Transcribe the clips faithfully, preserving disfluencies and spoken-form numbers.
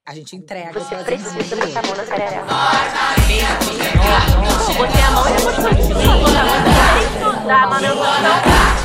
A gente entrega. Você precisa botar a mão na pereré. Botei a mão e depois continuei. Dá a manutenção.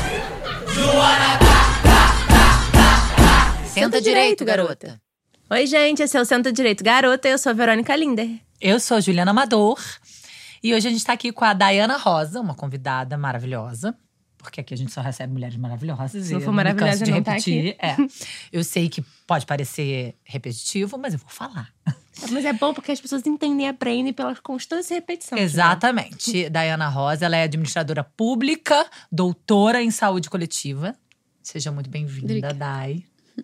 Senta direito, garota. Oi, gente, esse é o Senta Direito Garota. Eu sou a Verônica Linder. Eu sou a Juliana Amador. E hoje a gente tá aqui com a Dayana Rosa, uma convidada maravilhosa. Porque aqui a gente só recebe mulheres maravilhosas. Se não e for eu maravilhosa, de não repetir. tá aqui. É. Eu sei que pode parecer repetitivo, mas eu vou falar. Mas é bom porque as pessoas entendem e aprendem pela constância e repetição. Exatamente. Né? Dayana Rosa, ela é administradora pública, doutora em saúde coletiva. Seja muito bem-vinda, Day.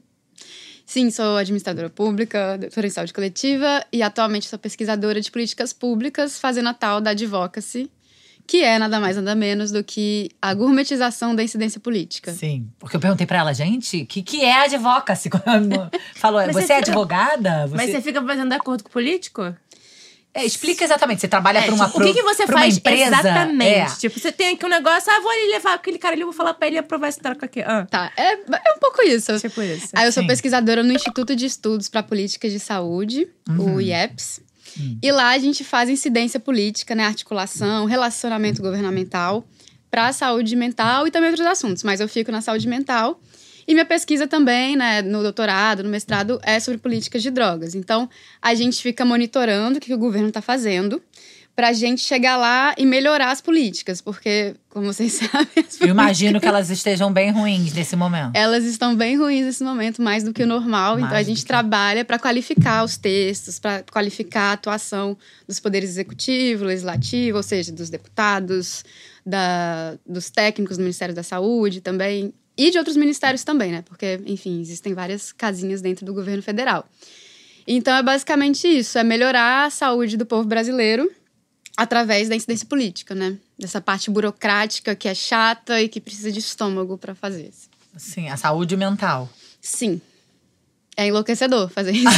Sim, sou administradora pública, doutora em saúde coletiva e atualmente sou pesquisadora de políticas públicas, fazendo a tal da advocacy, que é nada mais nada menos do que a gourmetização da incidência política. Sim, porque eu perguntei pra ela, gente, o que, que é advocacy? Falou, você, você é fica, advogada? Você... Mas você fica fazendo acordo com o político? É, explica exatamente, você trabalha é, para uma tipo, O que, que você pra faz empresa? exatamente? É. Tipo, você tem aqui um negócio, ah, vou ali levar aquele cara ali, vou falar pra ele aprovar esse troca aqui. Ah. Tá, é, é um pouco isso. Tipo isso. Aí eu sou Sim. pesquisadora no Instituto de Estudos para Políticas de Saúde, uhum. o I E P S. Uhum. E lá a gente faz incidência política, né, articulação, relacionamento governamental para a saúde mental e também outros assuntos. Mas eu fico na saúde mental. E minha pesquisa também, né, no doutorado, no mestrado, é sobre políticas de drogas. Então, a gente fica monitorando o que o governo está fazendo para a gente chegar lá e melhorar as políticas. Porque, como vocês sabem… Eu imagino que elas estejam bem ruins nesse momento. Elas estão bem ruins nesse momento, mais do que o normal. Mais então, a gente que... trabalha para qualificar os textos, para qualificar a atuação dos poderes executivo, legislativo, ou seja, dos deputados, da, dos técnicos do Ministério da Saúde também. E de outros ministérios também, né? Porque, enfim, existem várias casinhas dentro do governo federal. Então, é basicamente isso. É melhorar a saúde do povo brasileiro através da incidência política, né? Dessa parte burocrática que é chata e que precisa de estômago para fazer isso. Sim, a saúde mental. Sim. É enlouquecedor fazer isso.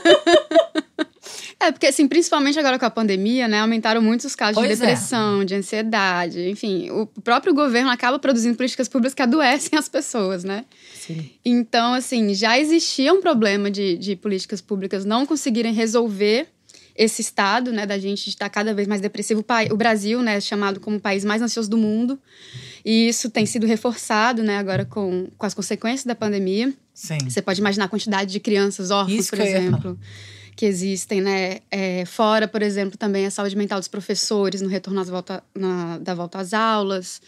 É, porque, assim, principalmente agora com a pandemia, né? Aumentaram muito os casos pois de depressão, é. de ansiedade. Enfim, o próprio governo acaba produzindo políticas públicas que adoecem as pessoas, né? Sim. Então, assim, já existia um problema de, de políticas públicas não conseguirem resolver esse estado, né? Da gente estar cada vez mais depressivo. O Brasil, né? É chamado como o país mais ansioso do mundo. E isso tem sido reforçado, né? Agora com, com as consequências da pandemia. Sim. Você pode imaginar a quantidade de crianças órfãs, isso por que exemplo… que existem, né? É, fora, por exemplo, também a saúde mental dos professores no retorno às volta, na, da volta às aulas.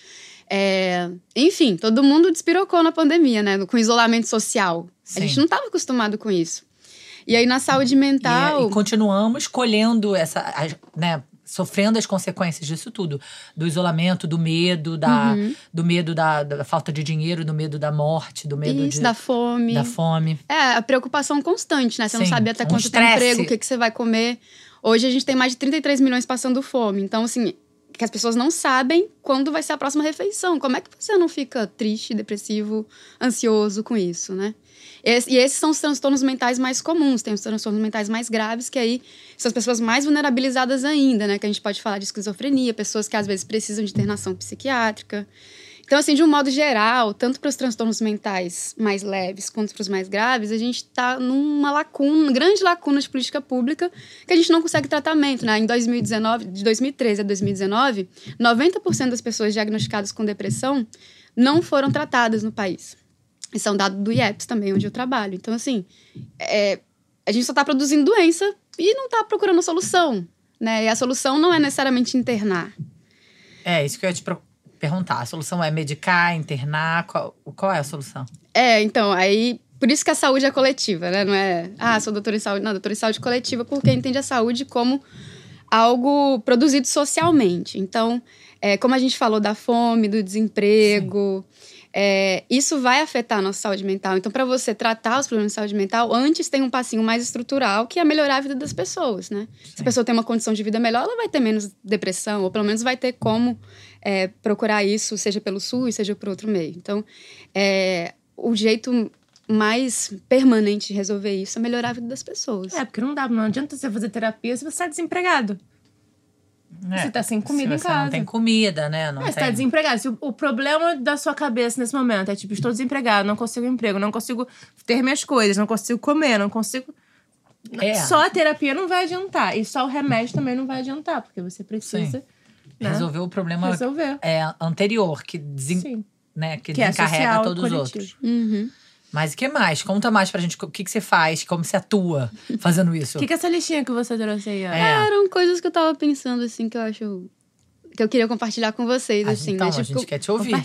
É, enfim, todo mundo despirocou na pandemia, né? Com isolamento social. Sim. A gente não estava acostumado com isso. E aí, na saúde mental… E, e continuamos colhendo essa… né, sofrendo as consequências disso tudo. Do isolamento, do medo, da, uhum. do medo da, da falta de dinheiro, do medo da morte, do medo Isso, de, da fome. Da fome. É, a preocupação constante, né? Você Sim, não sabe até um quanto tem estresse. emprego, o que, que você vai comer. Hoje a gente tem mais de trinta e três milhões passando fome. Então, assim, que as pessoas não sabem quando vai ser a próxima refeição. Como é que você não fica triste, depressivo, ansioso com isso, né? Esse, e esses são os transtornos mentais mais comuns. Tem os transtornos mentais mais graves, que aí são as pessoas mais vulnerabilizadas ainda, né? Que a gente pode falar de esquizofrenia, pessoas que às vezes precisam de internação psiquiátrica. Então, assim, de um modo geral, tanto para os transtornos mentais mais leves quanto para os mais graves, a gente está numa lacuna, grande lacuna de política pública que a gente não consegue tratamento, né? Em dois mil e dezenove, de dois mil e treze a dois mil e dezenove, noventa por cento das pessoas diagnosticadas com depressão não foram tratadas no país. Isso é um dado do I E P S também, onde eu trabalho. Então, assim, é, a gente só está produzindo doença e não está procurando solução, né? E a solução não é necessariamente internar. É, isso que eu ia te pro- perguntar. A solução é medicar, internar? Qual, qual é a solução? É, então, aí… Por isso que a saúde é coletiva, né? Não é… Ah, sou doutora em saúde. Não, doutora em saúde coletiva porque entende a saúde como algo produzido socialmente. Então, é, como a gente falou da fome, do desemprego… É, isso vai afetar a nossa saúde mental. Então, para você tratar os problemas de saúde mental, antes tem um passinho mais estrutural, que é melhorar a vida das pessoas, né? Sim. Se a pessoa tem uma condição de vida melhor, ela vai ter menos depressão, ou pelo menos vai ter como é, procurar isso, seja pelo SUS, seja por outro meio. Então, é, o jeito mais permanente de resolver isso é melhorar a vida das pessoas. É, porque não dá, não adianta você fazer terapia se você está desempregado. É, você tá sem comida se em casa. Você não tem comida, né? Não é, tem... você tá desempregado. Se o, o problema da sua cabeça nesse momento é tipo, estou desempregado, não consigo emprego, não consigo ter minhas coisas, não consigo comer, não consigo… É. Só a terapia não vai adiantar. E só o remédio também não vai adiantar. Porque você precisa… Né? Resolver o problema Resolver. É, anterior, que, desen... Sim. né, que, Que é desencarrega social, todos os coletivo. outros. Uhum. Mas o que mais? Conta mais pra gente o que, que você faz, como você atua fazendo isso. O que, que é essa listinha que você trouxe aí? Ó? É. Eram coisas que eu tava pensando, assim, que eu acho… Que eu queria compartilhar com vocês, Ah, assim. então, né? a Tipo, gente quer te ouvir.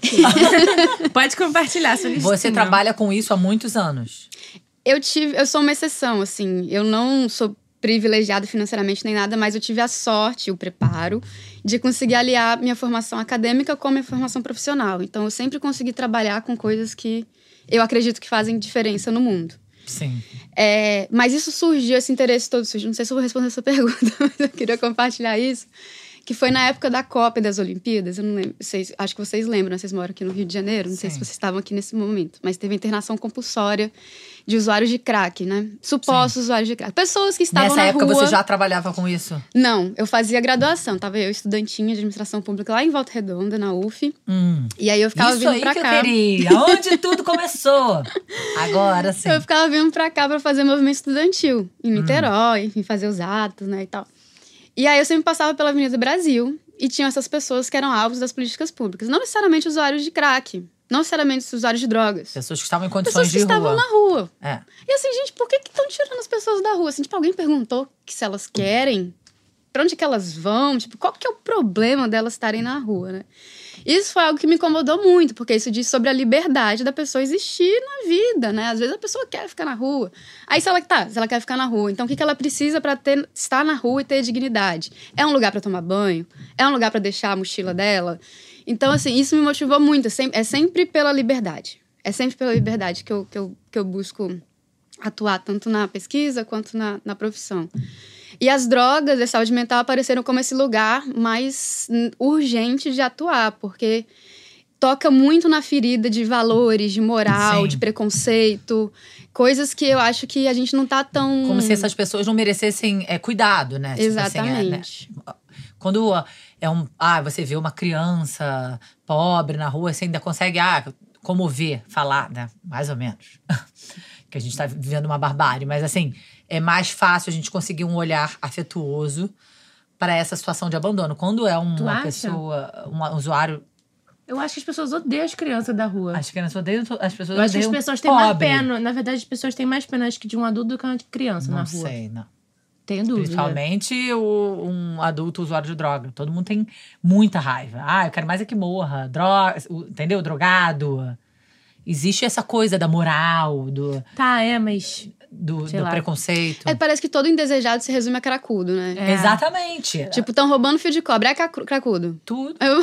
Pode compartilhar sua listinha. Você trabalha com isso há muitos anos. Eu tive… Eu sou uma exceção, assim. Eu não sou privilegiada financeiramente nem nada, mas eu tive a sorte, o preparo, de conseguir aliar minha formação acadêmica com a minha formação profissional. Então, eu sempre consegui trabalhar com coisas que eu acredito que fazem diferença no mundo. Sim. É, mas isso surgiu, esse interesse todo surgiu. Não sei se eu vou responder essa pergunta, mas eu queria compartilhar isso. Que foi na época da Copa e das Olimpíadas. Eu não lembro, vocês, acho que vocês lembram, vocês moram aqui no Rio de Janeiro. Não sei Sim. se vocês estavam aqui nesse momento. Mas teve a internação compulsória de usuários de crack, né? Supostos Sim. usuários de crack. Pessoas que estavam Nessa na época rua… você já trabalhava com isso? Não, eu fazia graduação. Tava eu, estudantinha de administração pública, lá em Volta Redonda, na U F. Hum. E aí eu ficava Isso vindo aí pra que cá. eu queria. Onde tudo começou. Agora sim. Eu ficava vindo pra cá pra fazer movimento estudantil. Em Niterói, enfim, fazer os atos, né, e tal. E aí eu sempre passava pela Avenida Brasil e tinham essas pessoas que eram alvos das políticas públicas. Não necessariamente usuários de crack. Não necessariamente usuários de drogas. Pessoas que estavam em condições Pessoas que de estavam rua. na rua. É. E assim, gente, por que estão tirando as pessoas da rua? Assim, tipo, alguém perguntou que se elas querem, pra onde que elas vão? Tipo, qual que é o problema delas estarem na rua, né? Isso foi algo que me incomodou muito, porque isso diz sobre a liberdade da pessoa existir na vida, né? Às vezes a pessoa quer ficar na rua. Aí se ela, tá, se ela quer ficar na rua, então o que, que ela precisa pra ter, estar na rua e ter dignidade? É um lugar pra tomar banho? É um lugar pra deixar a mochila dela? Então, assim, isso me motivou muito. É sempre, é sempre pela liberdade. É sempre pela liberdade que eu, que eu, que eu busco atuar, tanto na pesquisa quanto na, na profissão. E as drogas e a saúde mental apareceram como esse lugar mais urgente de atuar, porque toca muito na ferida de valores, de moral, Sim. de preconceito, coisas que eu acho que a gente não tá tão… Como se essas pessoas não merecessem é, cuidado, né? Tipo assim, é, né? Exatamente. Quando é um, ah, você vê uma criança pobre na rua, você ainda consegue ah, comover, falar, né? Mais ou menos. Que a gente tá vivendo uma barbárie. Mas assim, é mais fácil a gente conseguir um olhar afetuoso para essa situação de abandono. Quando é uma Tu acha? pessoa, um usuário… Eu acho que as pessoas odeiam as crianças da rua. As crianças odeiam, as pessoas Eu acho que as odeiam pessoas têm mais pobre. pena. Na verdade, as pessoas têm mais pena acho que de um adulto do que uma criança Não na rua. sei, não. Tenho dúvida. Principalmente o, um adulto usuário de droga. Todo mundo tem muita raiva. Ah, eu quero mais é que morra. Droga, entendeu? Drogado. Existe essa coisa da moral, do, Tá, é, mas… do, Sei do lá. preconceito. É, parece que todo indesejado se resume a cracudo, né? É. Exatamente. Tipo, estão roubando fio de cobre. É cracu- cracudo. Tudo. Eu…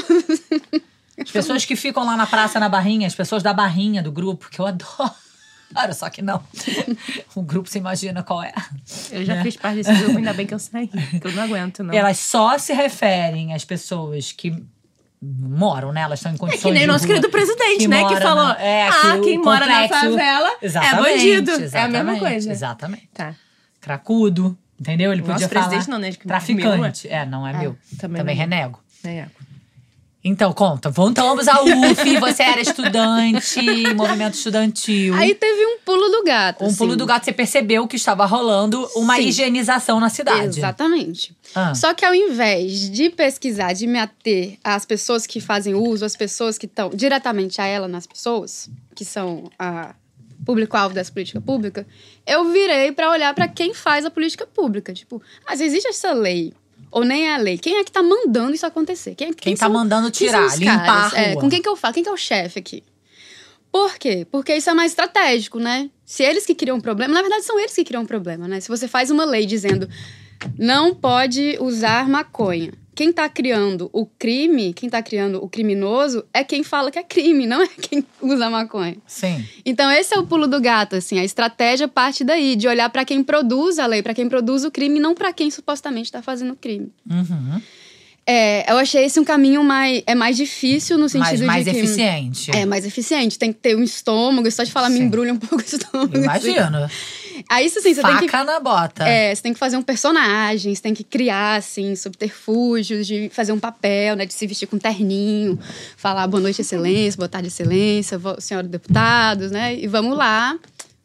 As pessoas que ficam lá na praça, na barrinha, as pessoas da barrinha do grupo, que eu adoro. Só que não. O grupo, você imagina qual é. Eu já É. fiz parte desse grupo, ainda bem que eu saí. Que eu não aguento, não. Elas só se referem às pessoas que moram, né? Elas estão em É condições que nem de nosso rua, querido presidente, que né? Que mora falou, na- é, ah, que o quem mora na complexo- favela é Exatamente, bandido. É a mesma exatamente, coisa. Exatamente. Tá. Cracudo, entendeu? Ele Nosso podia falar… presidente não, né? Que Traficante. É, não é Ah, meu. também Também não é meu. renego. É. Então, conta. Voltamos ao U F, você era estudante, movimento estudantil. Aí teve um pulo do gato. Um assim. pulo do gato, você percebeu que estava rolando uma Sim. higienização na cidade. Exatamente. Ah. Só que ao invés de pesquisar, de me ater às pessoas que fazem uso, às pessoas que estão diretamente a ela nas pessoas, que são a público-alvo dessa política pública, eu virei pra olhar pra quem faz a política pública. Tipo, ah, se existe essa lei, ou nem é a lei, quem é que tá mandando isso acontecer? Quem, Quem tá são- mandando quem tirar, são os limpar caras? a rua? É, com quem que eu falo? Quem que é o chefe aqui? Por quê? Porque isso é mais estratégico, né? Se eles que criam um problema, na verdade são eles que criam um problema, né? Se você faz uma lei dizendo não pode usar maconha, quem tá criando o crime, quem tá criando o criminoso é quem fala que é crime, não é quem usa maconha. Sim. Então esse é o pulo do gato, assim, a estratégia parte daí, de olhar pra quem produz a lei, pra quem produz o crime, não pra quem supostamente tá fazendo o crime. Uhum. É, eu achei esse um caminho mais, é mais difícil no sentido Mais, mais de que… eficiente. É, mais eficiente. Tem que ter um estômago. Só de falar me Sim. embrulha um pouco o estômago. assim. Imagina. Aí, isso assim, você Faca tem que… na bota. É, você tem que fazer um personagem, você tem que criar, assim, subterfúgios, de fazer um papel, né? De se vestir com terninho, falar boa noite, excelência, boa tarde, excelência, vo- senhora deputados, né? E vamos lá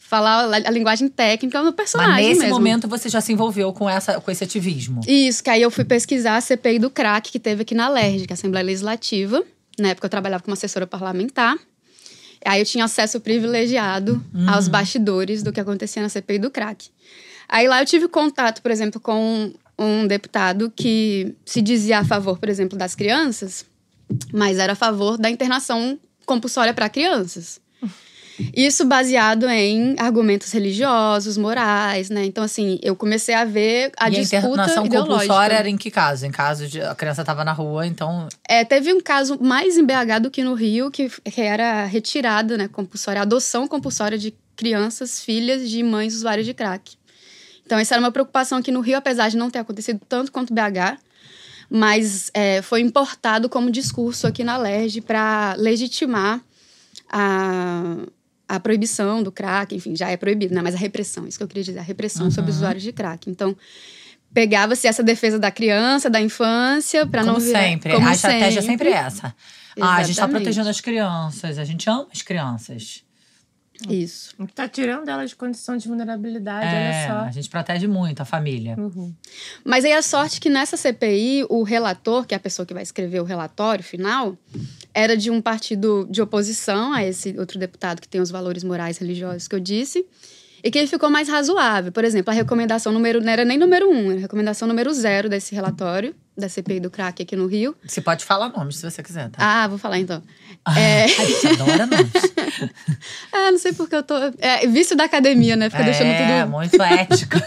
falar a, a linguagem técnica no personagem Mas nesse mesmo. momento você já se envolveu com, essa, com esse ativismo. Isso, que aí eu fui pesquisar a C P I do crack que teve aqui na L E R J, que é a Assembleia Legislativa. Na época eu trabalhava como assessora parlamentar. Aí eu tinha acesso privilegiado Uhum. aos bastidores do que acontecia na C P I do crack. Aí lá eu tive contato, por exemplo, com um deputado que se dizia a favor, por exemplo, das crianças, mas era a favor da internação compulsória para crianças. Isso baseado em argumentos religiosos, morais, né? Então, assim, eu comecei a ver a e disputa a internação ideológica. compulsória era em que caso? Em caso de a criança estava na rua, então… É, teve um caso mais em B H do que no Rio, que, que era a retirada, né, compulsória, a adoção compulsória de crianças, filhas de mães usuárias de crack. Então, essa era uma preocupação aqui no Rio, apesar de não ter acontecido tanto quanto B H, mas é, foi importado como discurso aqui na L E R J para legitimar a, a proibição do crack, enfim, já é proibido, né? Mas a repressão, isso que eu queria dizer, a repressão Uhum. sobre os usuários de crack. Então, pegava-se essa defesa da criança, da infância, para não Como virar… sempre. Como a estratégia sempre. sempre é essa. Ah, a gente está Exatamente. protegendo as crianças, a gente ama as crianças. Isso. Tá tirando ela de condição de vulnerabilidade, É, olha a só. gente protege muito a família. Uhum. Mas aí a sorte que nessa C P I, o relator, que é a pessoa que vai escrever o relatório final, era de um partido de oposição a esse outro deputado que tem os valores morais religiosos que eu disse, e que ele ficou mais razoável. Por exemplo, a recomendação número… não era nem número um, era a recomendação número zero desse relatório, da C P I do crack aqui no Rio. Você pode falar nomes se você quiser, tá? Ah, vou falar então. Ah, é... A gente adora nomes. ah, não sei porque eu tô… É, vício da academia, né? Fica deixando É, tudo… muito ético.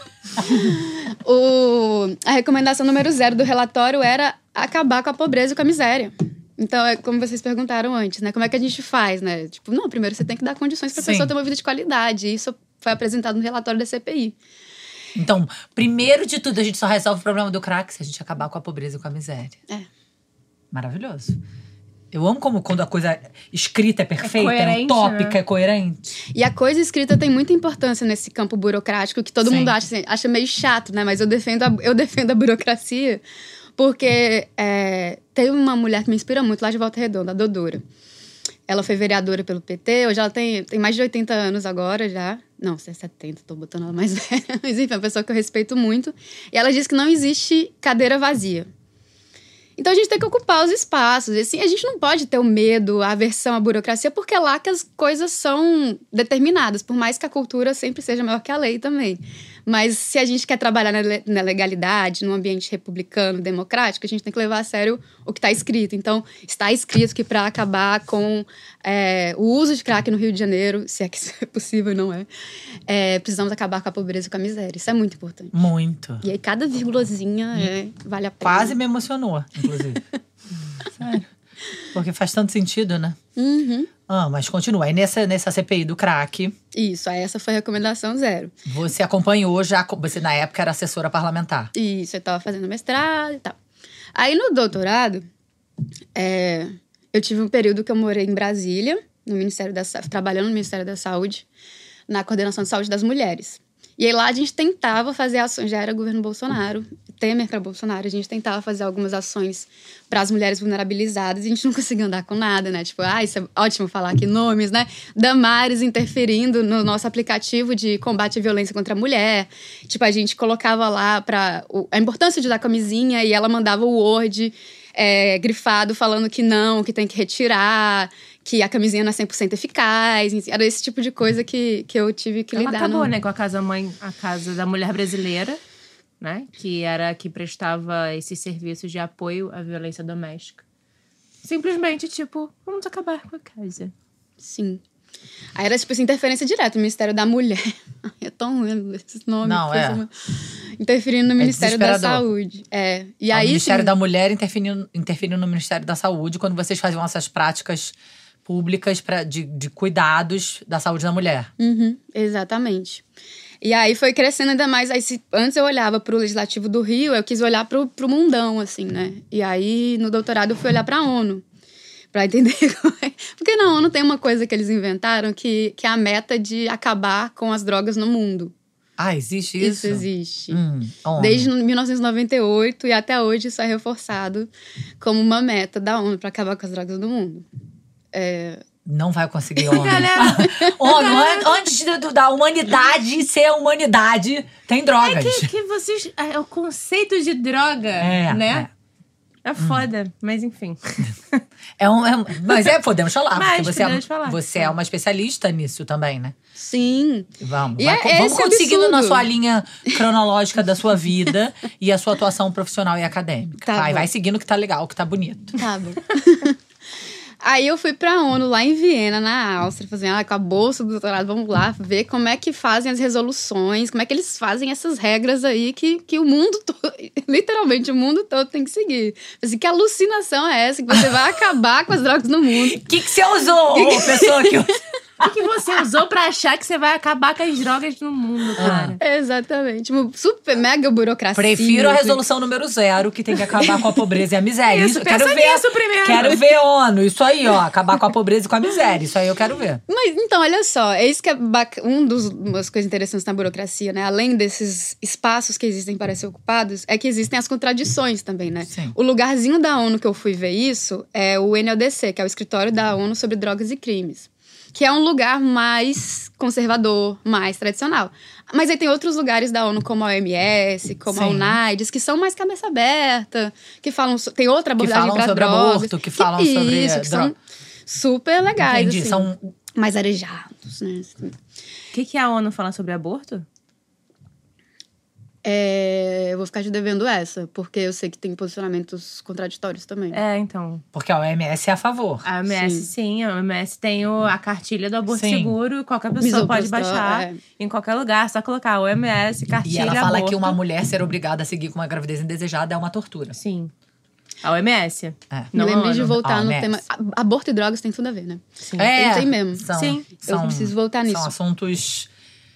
O, a recomendação número zero do relatório era acabar com a pobreza e com a miséria. Então, é como vocês perguntaram antes, né? Como é que a gente faz, né? Tipo, não, primeiro você tem que dar condições para a Sim. pessoa ter uma vida de qualidade. Isso foi apresentado no relatório da C P I. Então, primeiro de tudo, a gente só resolve o problema do crack se a gente acabar com a pobreza e com a miséria. É. Maravilhoso. Eu amo como quando a coisa escrita é perfeita, é, coerente, utópica, né? é coerente. E a coisa escrita tem muita importância nesse campo burocrático, que todo Sim. mundo acha, assim, acha meio chato, né? Mas eu defendo a, eu defendo a burocracia, porque é, tem uma mulher que me inspira muito lá de Volta Redonda, a Dodora. Ela foi vereadora pelo P T, hoje ela tem, tem mais de oitenta anos agora já. Não, se é setenta, tô botando ela mais velha. Mas enfim, é uma pessoa que eu respeito muito. E ela diz que não existe cadeira vazia. Então a gente tem que ocupar os espaços. E, assim, a gente não pode ter o medo, a aversão à burocracia, porque é lá que as coisas são determinadas, por mais que a cultura sempre seja maior que a lei também. Mas se a gente quer trabalhar na, le- na legalidade, num ambiente republicano, democrático, a gente tem que levar a sério o que está escrito. Então, está escrito que para acabar com é, o uso de crack no Rio de Janeiro, se é que isso é possível, não é, é, precisamos acabar com a pobreza e com a miséria. Isso é muito importante. Muito. E aí, cada vírgulazinha é, vale a pena. Quase me emocionou, inclusive. Sério. Porque faz tanto sentido, né? Uhum. Ah, mas continua. Aí nessa, nessa C P I do crack, Isso, aí essa foi a recomendação zero. você acompanhou já… Você, na época, era assessora parlamentar. Isso, eu tava fazendo mestrado e tal. Aí, no doutorado, é, eu tive um período que eu morei em Brasília, no Ministério da Sa- trabalhando no Ministério da Saúde, na coordenação de saúde das mulheres. E aí lá a gente tentava fazer ações, já era governo Bolsonaro, Temer para Bolsonaro, a gente tentava fazer algumas ações para as mulheres vulnerabilizadas e a gente não conseguia andar com nada, né? Tipo, ah, isso é ótimo falar aqui nomes, né? Damares interferindo no nosso aplicativo de combate à violência contra a mulher. Tipo, a gente colocava lá para a importância de dar camisinha e ela mandava o Word é, grifado falando que não, que tem que retirar, que a camisinha não é cem por cento eficaz. Era esse tipo de coisa que, que eu tive que Ela lidar. acabou, no... né, com a Casa Mãe, a Casa da Mulher Brasileira, né? Que era a que prestava esses serviços de apoio à violência doméstica. Simplesmente, tipo, vamos acabar com a casa. Sim. Aí era, tipo, essa interferência direta, o Ministério da Mulher. É tão ruim esses nomes. Não, é. Uma... Interferindo no Ministério da desesperador. Saúde. É. E o aí, Ministério sim, da Mulher interferindo, interferindo no Ministério da Saúde quando vocês faziam essas práticas públicas pra, de, de cuidados da saúde da mulher. Uhum, exatamente. E aí foi crescendo ainda mais. Aí, se, antes eu olhava pro Legislativo do Rio, eu quis olhar pro, pro mundão, assim, né? E aí, no doutorado, eu fui olhar pra ONU. Pra entender como é. Porque na ONU tem uma coisa que eles inventaram que, que é a meta de acabar com as drogas no mundo. Ah, existe isso? Isso existe. Hum, ONU. Desde mil novecentos e noventa e oito e até hoje isso é reforçado como uma meta da ONU para acabar com as drogas no mundo. É, Não vai conseguir, ONU. Galera. ONU, an- antes do- da humanidade ser a humanidade, tem drogas. É que, que vocês... É o conceito de droga, É, né? É foda, mas enfim. É um, é um- mas é, podemos falar. Mas porque você, podemos é, falar. você é uma especialista nisso também, né? Sim. Vamos, E vai- é vamos esse conseguindo absurdo. na sua linha cronológica da sua vida e a sua atuação profissional e acadêmica. Tá vai, bom. vai seguindo que tá legal, que tá bonito. Tá bom. Aí eu fui pra ONU, lá em Viena, na Áustria, fazer ah, com a bolsa do doutorado, vamos lá ver como é que fazem as resoluções, como é que eles fazem essas regras aí que, que o mundo todo, literalmente o mundo todo tem que seguir. Assim, que alucinação é essa que você vai acabar com as drogas no mundo? O que, que você usou, ô, pessoa que... O que, que você usou pra achar que você vai acabar com as drogas no mundo, cara? Exatamente, uma super mega burocracia. Prefiro a assim. resolução número zero, que tem que acabar com a pobreza e a miséria. Isso, quero pensa ver. nisso primeiro. Quero ver, ONU. Isso aí, ó. Acabar com a pobreza e com a miséria. Isso aí eu quero ver. Mas, então, olha só, é isso que é bac... um dos umas coisas interessantes na burocracia, né? Além desses espaços que existem para ser ocupados, é que existem as contradições também, né? Sim. O lugarzinho da ONU que eu fui ver isso é o N L D C, que é o Escritório da ONU sobre Drogas e Crimes, que é um lugar mais conservador, mais tradicional. Mas aí tem outros lugares da ONU, como a O M S, como a Sim. UNAIDS, que são mais cabeça aberta, que falam... so- Tem outra Que abordagem falam para sobre drogas. aborto, que falam sobre isso, que são dro- super legais, Entendi. assim. São... Mais arejados, né? assim. O que, que a ONU fala sobre aborto? É, eu vou ficar te devendo essa, porque eu sei que tem posicionamentos contraditórios também. É, então. Porque a O M S é a favor. A O M S, sim. Sim. A O M S tem o- a cartilha do aborto Sim. seguro. Qualquer pessoa pode Misopostal, baixar é. em qualquer lugar. Só colocar O M S, cartilha, E ela fala aborto. que uma mulher ser obrigada a seguir com uma gravidez indesejada é uma tortura. Sim. A O M S. É. Me Não, lembrei de ONU. voltar Ah, no Max. tema... a- Aborto e drogas tem tudo a ver, né? Sim. É, Tem mesmo. São, Sim. Eu preciso voltar nisso. São assuntos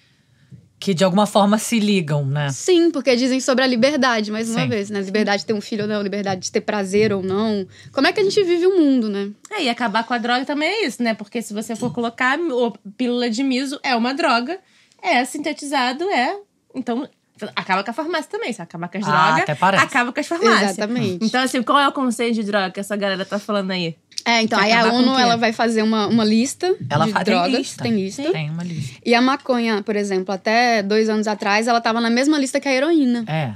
que de alguma forma se ligam, né? Sim, porque dizem sobre a liberdade, mais uma Sim. vez, né? Liberdade de ter um filho ou não, liberdade de ter prazer ou não. Como é que a gente vive o mundo, né? É, e acabar com a droga também é isso, né? Porque se você for colocar, o pílula de miso é uma droga, é sintetizado, é. Então, acaba com a farmácia também. Se acabar com as Ah, drogas, até parece. acaba com as farmácias. Exatamente. Então, assim, qual é o conceito de droga que essa galera tá falando aí? É, então, Quer aí a acabar com o ONU quê? ela vai fazer uma, uma lista Ela de fa- tem drogas. lista. Tem lista. Tem uma lista. E a maconha, por exemplo, até dois anos atrás, ela tava na mesma lista que a heroína. É.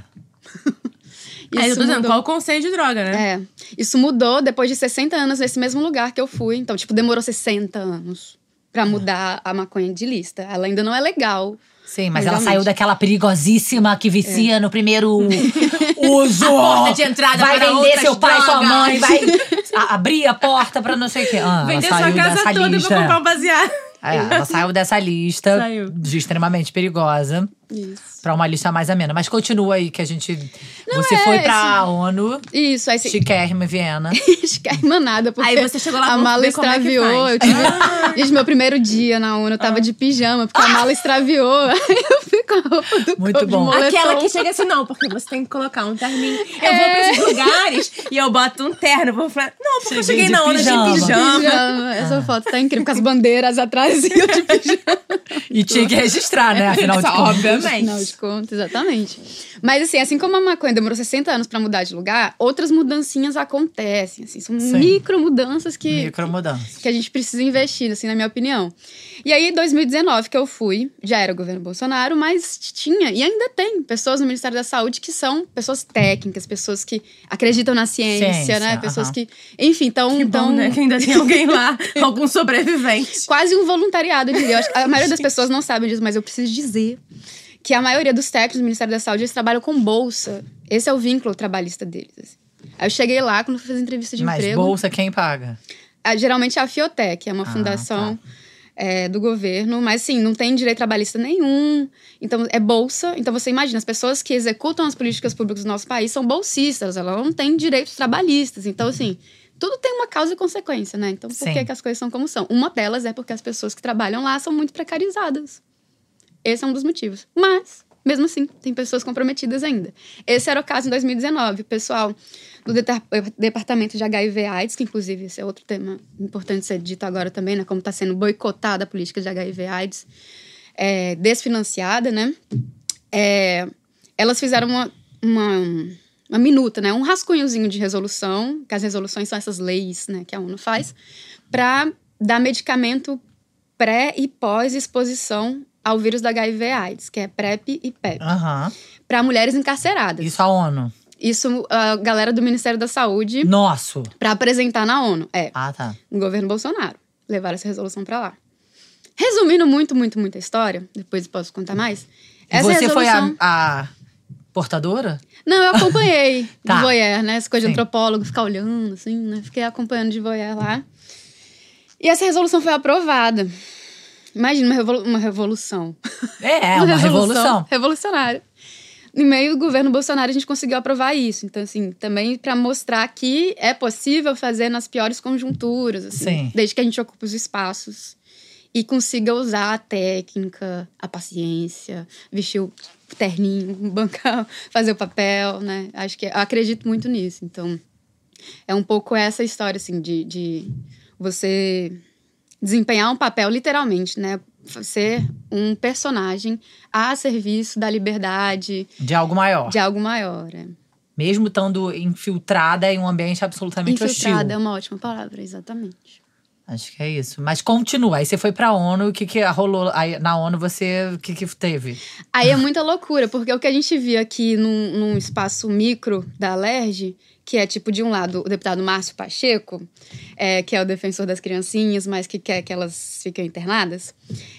Aí eu Isso tô dizendo, mudou. qual o conceito de droga, né? É. Isso mudou depois de sessenta anos nesse mesmo lugar que eu fui. Então, tipo, demorou sessenta anos pra mudar a maconha de lista. Ela ainda não é legal. Sim, mas Mas ela realmente. saiu daquela perigosíssima que vicia no primeiro uso. A porta de entrada vai para vender outras seu pai, sua drogas. mãe, vai a- abrir a porta pra não sei o quê. Ah, ela Vender sua saiu casa dessa toda lista. pra comprar um baseado. É, ela saiu dessa lista Saiu. de extremamente perigosa Isso. pra uma lista mais amena. Mas continua aí que a gente. Você é, foi pra esse- ONU, Isso, aí você... chiquérrima em Viena. Esquermanada, porque Aí você chegou lá, a vamos mala ver como é que extraviou. faz. Eu tive... Gente, meu primeiro dia na ONU, eu tava de pijama, porque a mala extraviou. Aí eu fui com a roupa do Muito corpo de bom. moletom. Aquela que chega assim, não, porque você tem que colocar um terninho. Eu vou pra esses lugares e eu boto um terno. Vou falar, não, porque eu Cheguei cheguei de na onda pijama. de pijama. Pijama. Essa foto tá incrível, com as bandeiras atrás e eu de pijama. E tinha que registrar, né? Afinal de Só, contas. obviamente. Afinal de contas, exatamente. Mas assim, assim como a maconha demorou sessenta anos pra mudar de lugar, outras mudancinhas acontecem, assim, são Sim. micro mudanças que Micromudança. que a gente precisa investir, assim, na minha opinião. E aí, em dois mil e dezenove, que eu fui, já era o governo Bolsonaro, mas tinha, e ainda tem, pessoas no Ministério da Saúde que são pessoas técnicas, pessoas que acreditam na ciência, Ciência, né? Pessoas aham. que, enfim, então... Que então bom, né? Que ainda tem alguém lá, algum sobrevivente. Quase um voluntariado, eu diria. Eu acho que a maioria das pessoas não sabe disso, mas eu preciso dizer que a maioria dos técnicos do Ministério da Saúde, eles trabalham com bolsa. Esse é o vínculo trabalhista deles. Assim. Aí eu cheguei lá, quando fui fazer entrevista de Mas emprego... bolsa quem paga? Ah, geralmente é a Fiotec, é uma Ah, fundação é, do governo, mas sim, não tem direito trabalhista nenhum. Então, é bolsa. Então, você imagina, as pessoas que executam as políticas públicas do nosso país são bolsistas, elas não têm direitos trabalhistas. Então, assim, tudo tem uma causa e consequência, né? Então, por Sim. que, que as coisas são como são? Uma delas é porque as pessoas que trabalham lá são muito precarizadas. Esse é um dos motivos. Mas, mesmo assim, tem pessoas comprometidas ainda. Esse era o caso em dois mil e dezenove. O pessoal do detar- Departamento de H I V AIDS, que inclusive esse é outro tema importante ser dito agora também, né? Como está sendo boicotada a política de H I V AIDS, é, desfinanciada, né? É, elas fizeram uma, uma, uma minuta, né? Um rascunhozinho de resolução, que as resoluções são essas leis, né? Que a ONU faz, para dá medicamento pré e pós-exposição ao vírus da H I V AIDS, que é PrEP e PEP, Aham. para mulheres encarceradas. Isso a ONU. Isso a galera do Ministério da Saúde, Nosso. para apresentar na ONU. É, Ah, tá. no governo Bolsonaro. Levaram essa resolução para lá. Resumindo muito, muito, muito a história, depois posso contar mais. Essa Você resolução... foi a, a portadora? Não, eu acompanhei Tá. de voyeur, né? Essa coisa Sim. de antropólogo, ficar olhando, assim, né? Fiquei acompanhando de voyeur lá. E essa resolução foi aprovada. Imagina uma, revolu- uma revolução. É, é uma revolução. Revolucionária. No meio do governo Bolsonaro, a gente conseguiu aprovar isso. Então, assim, também para mostrar que é possível fazer nas piores conjunturas, assim. Sim. Desde que a gente ocupe os espaços e consiga usar a técnica, a paciência, vestir o terninho, bancar, fazer o papel, né? Acho que eu acredito muito nisso. Então, é um pouco essa história, assim, de, de você desempenhar um papel, literalmente, né? Ser um personagem a serviço da liberdade, De algo maior. de algo maior. É. Mesmo estando infiltrada em um ambiente absolutamente Infiltrada é hostil. uma ótima palavra, exatamente. Acho que é isso. Mas continua. Aí você foi pra ONU. O que que rolou? Aí, na ONU, você... O que que teve? Aí é muita loucura, porque o que a gente via aqui num, num espaço micro da Alerj, que é tipo, de um lado, o deputado Márcio Pacheco, é, que é o defensor das criancinhas, mas que quer que elas fiquem internadas,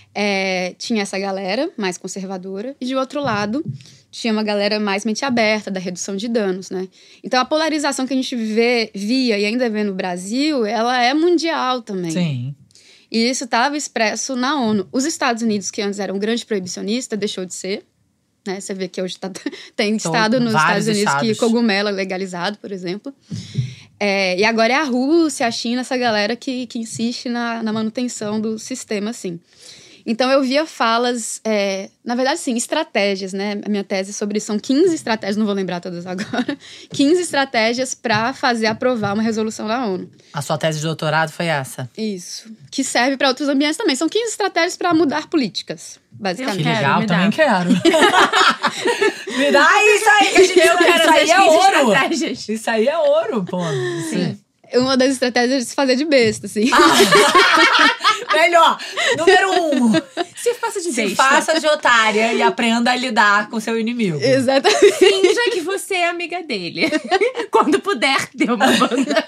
é, tinha essa galera mais conservadora, e de outro lado, tinha uma galera mais mente aberta, da redução de danos, né? Então, a polarização que a gente vê, via e ainda vê no Brasil, ela é mundial também. Sim. E isso estava expresso na ONU. Os Estados Unidos, que antes era um grande proibicionista, deixou de ser. Né? Você vê que hoje tá, tem estado nos vários Estados Unidos estados. que cogumelo é legalizado, por exemplo. É, e agora é a Rússia, a China, essa galera que, que insiste na, na manutenção do sistema, assim. Então, eu via falas, é, na verdade, sim, estratégias, né? A minha tese sobre isso são quinze estratégias, não vou lembrar todas agora, quinze estratégias para fazer aprovar uma resolução da ONU. A sua tese de doutorado foi essa? Isso. Que serve para outros ambientes também. São quinze estratégias para mudar políticas, Que basicamente. Eu quero, legal, me dá. também quero. Me dá isso aí, que a gente Eu quero isso aí essas é quinze ouro. estratégias. Isso aí é ouro, pô. Sim. Uma das estratégias é se fazer de besta, assim. Melhor. Número um. Se faça de Se besta. faça de otária e aprenda a lidar com seu inimigo. Exatamente. Finja que você é amiga dele. Quando puder, dê uma banda.